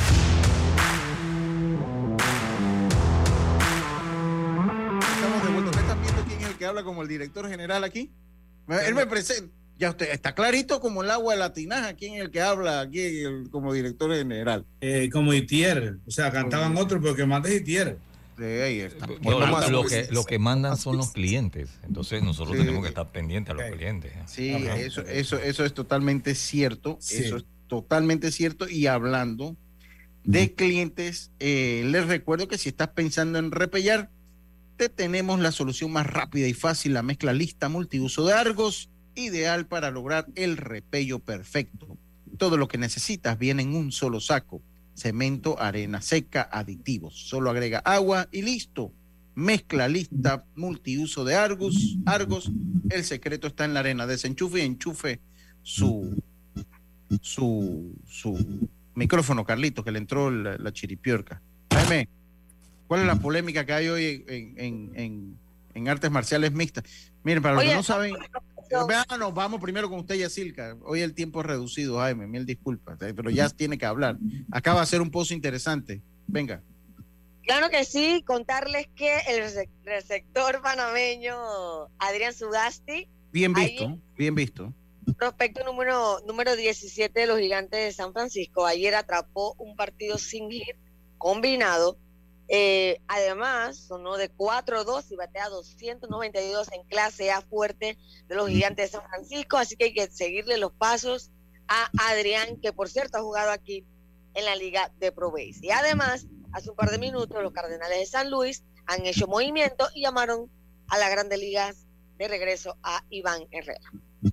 Estamos de vuelta. ¿Usted está viendo quién es el que habla como el director general aquí? Él me presenta. Ya usted está clarito como el agua de la tinaja. ¿Quién es el que habla aquí como director general? Como Itier. O sea, cantaban otros, pero que manda es Itier. Sí, ahí está. Lo que mandan son los clientes. Entonces nosotros tenemos que estar pendientes a los clientes. Sí, eso es totalmente cierto. Sí. Eso es totalmente cierto. Y hablando de clientes, les recuerdo que si estás pensando en repellar, te tenemos la solución más rápida y fácil, la mezcla lista multiuso de Argos, ideal para lograr el repello perfecto. Todo lo que necesitas viene en un solo saco. Cemento, arena seca, aditivos. Solo agrega agua y listo. Mezcla lista multiuso de Argos. El secreto está en la arena. Desenchufe y enchufe su micrófono, Carlito, que le entró la chiripiorca. Jaime, ¿cuál es la polémica que hay hoy en artes marciales mixtas? Miren, para los que no saben... Nos vamos primero con usted, Yacilca. Hoy el tiempo es reducido, Jaime, mil disculpas, pero ya tiene que hablar. Acá va a ser un pozo interesante. Venga. Claro que sí, contarles que el receptor panameño Adrián Sugasti, bien visto. Prospecto número 17 de los Gigantes de San Francisco, ayer atrapó un partido sin hit combinado. Además sonó de 4-2 y batea 292 en clase A fuerte de los Gigantes de San Francisco, así que hay que seguirle los pasos a Adrián, que por cierto ha jugado aquí en la Liga de Pro Base. Y además, hace un par de minutos los Cardenales de San Luis han hecho movimiento y llamaron a las Grandes Ligas de regreso a Iván Herrera.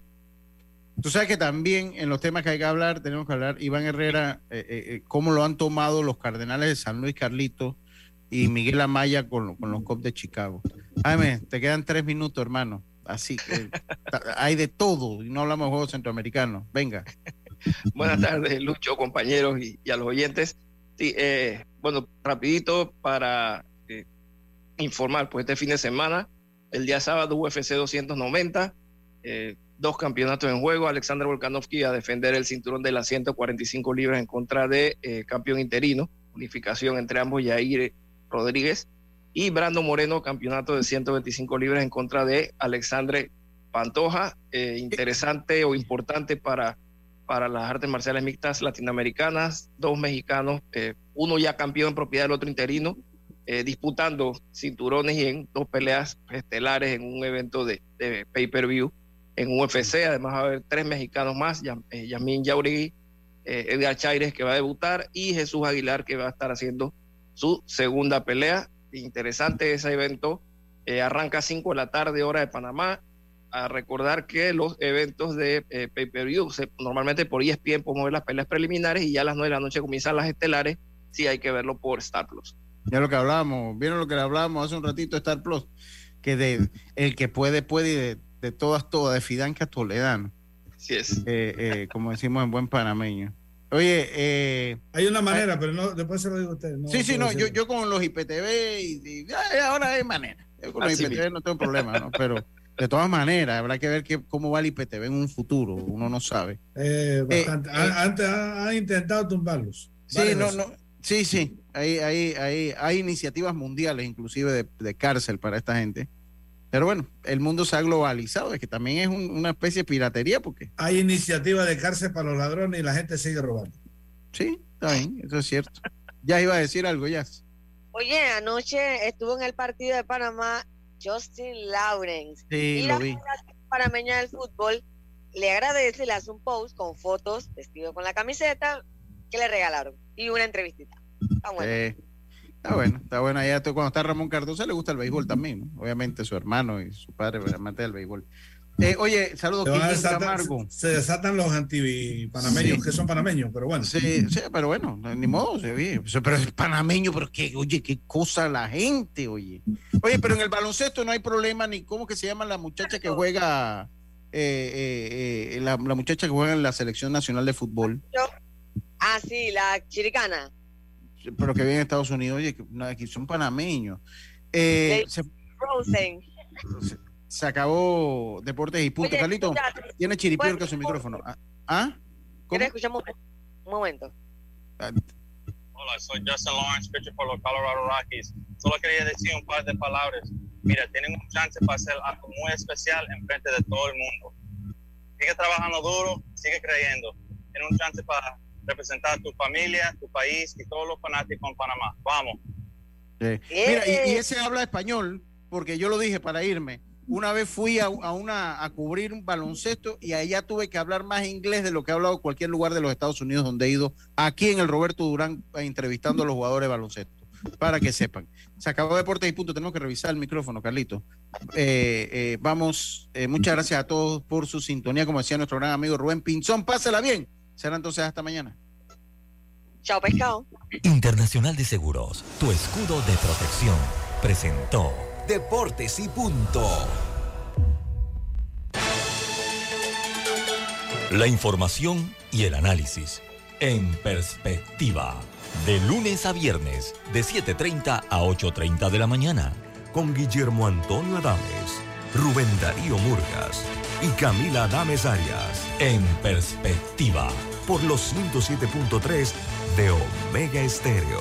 Tú sabes que también en los temas que hay que hablar, tenemos que hablar, Iván Herrera, cómo lo han tomado los Cardenales de San Luis, Carlito, y Miguel Amaya con los Cubs de Chicago. Jaime, te quedan 3 minutos, hermano. Así que hay de todo y no hablamos de juegos centroamericanos. Venga. Buenas tardes, Lucho, compañeros y a los oyentes. Sí, bueno, rapidito para informar, pues este fin de semana, el día sábado, UFC 290, 2 campeonatos en juego. Alexander Volkanovski a defender el cinturón de las 145 libras en contra de campeón interino, unificación entre ambos, Yair Rodríguez, y Brando Moreno, campeonato de 125 libras en contra de Alexandre Pantoja. Interesante o importante para las artes marciales mixtas latinoamericanas, 2 mexicanos, uno ya campeón en propiedad del otro interino, disputando cinturones y en 2 peleas estelares en un evento de pay-per-view en UFC. Además va a haber 3 mexicanos más, Yasmín Jauregui, Edgar Chaires, que va a debutar, y Jesús Aguilar, que va a estar haciendo su segunda pelea. Interesante ese evento. Arranca a 5 de la tarde, hora de Panamá. A recordar que los eventos de pay-per-view, normalmente por ESPN podemos ver las peleas preliminares, y ya a las 9 de la noche comienzan las estelares. Sí, hay que verlo por Star Plus. Ya lo que hablábamos, vieron lo que hablábamos hace un ratito de Star Plus, que el que puede y de todas, de Fidanca Toledano. Así es. Como decimos en buen panameño. Oye, hay una manera, pero no, después se lo digo a usted. No, sí, yo con los IPTV y ahora hay manera. Yo con los IPTV no tengo problema, ¿no? Pero de todas maneras, habrá que ver cómo va el IPTV en un futuro, uno no sabe. Antes ha intentado tumbarlos. Sí, sí, hay iniciativas mundiales, inclusive de cárcel para esta gente. Pero bueno, el mundo se ha globalizado, es que también es una especie de piratería, porque hay iniciativa de cárcel para los ladrones y la gente sigue robando. Sí, está bien, eso es cierto. Ya iba a decir algo, ya. Oye, anoche estuvo en el partido de Panamá Justin Lawrence. Sí, y lo la vi. Federación Panameña del Fútbol le agradece, le hace un post con fotos vestido con la camiseta que le regalaron y una entrevistita. Está bueno. Está bueno. Allá cuando está Ramón Cardoso le gusta el béisbol también, ¿no? Obviamente su hermano y su padre amante del béisbol. Oye, saludos, Quillín Camargo. Se desatan los antipanameños, que son panameños, pero bueno. Sí, pero bueno, ni modo, pero es panameño, pero oye, qué cosa la gente, oye. Oye, pero en el baloncesto no hay problema, ni cómo que se llama la muchacha que juega, la muchacha que juega en la selección nacional de fútbol. Sí, la chiricana. Pero que vive en Estados Unidos, oye, que son panameños. Se acabó Deportes y Punto. Oye, Carlito, tiene chiripior que su micrófono. ¿Quieres escuchar un momento? Hola, soy Justin Lawrence, pitcher por los Colorado Rockies. Solo quería decir un par de palabras. Mira, tienen un chance para hacer algo muy especial en frente de todo el mundo. Sigue trabajando duro, sigue creyendo. Tienen un chance para representar a tu familia, tu país y todos los fanáticos en Panamá. Vamos. Sí. Mira, y ese habla español, porque yo lo dije para irme. Una vez fui a cubrir un baloncesto y allá tuve que hablar más inglés de lo que he hablado en cualquier lugar de los Estados Unidos donde he ido, aquí en el Roberto Durán, entrevistando a los jugadores de baloncesto, para que sepan. Se acabó Deportes y Punto, tenemos que revisar el micrófono, Carlito. Muchas gracias a todos por su sintonía, como decía nuestro gran amigo Rubén Pinzón, pásela bien. Será entonces hasta mañana. Chao, pescado. Internacional de Seguros, tu escudo de protección, presentó Deportes y Punto. La información y el análisis en perspectiva. De lunes a viernes, de 7:30 a 8:30 de la mañana. Con Guillermo Antonio Adames, Rubén Darío Murgas y Camila Adames Arias. En perspectiva. Por los 107.3 de Omega Estéreo.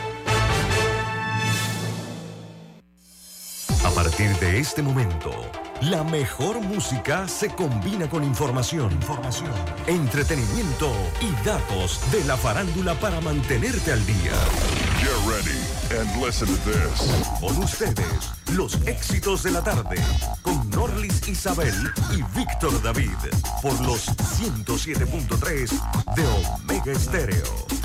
A partir de este momento, la mejor música se combina con información, entretenimiento y datos de la farándula para mantenerte al día. Get ready and listen to this. Con ustedes, los éxitos de la tarde, con Norlis Isabel y Víctor David, por los 107.3 de Omega Estéreo.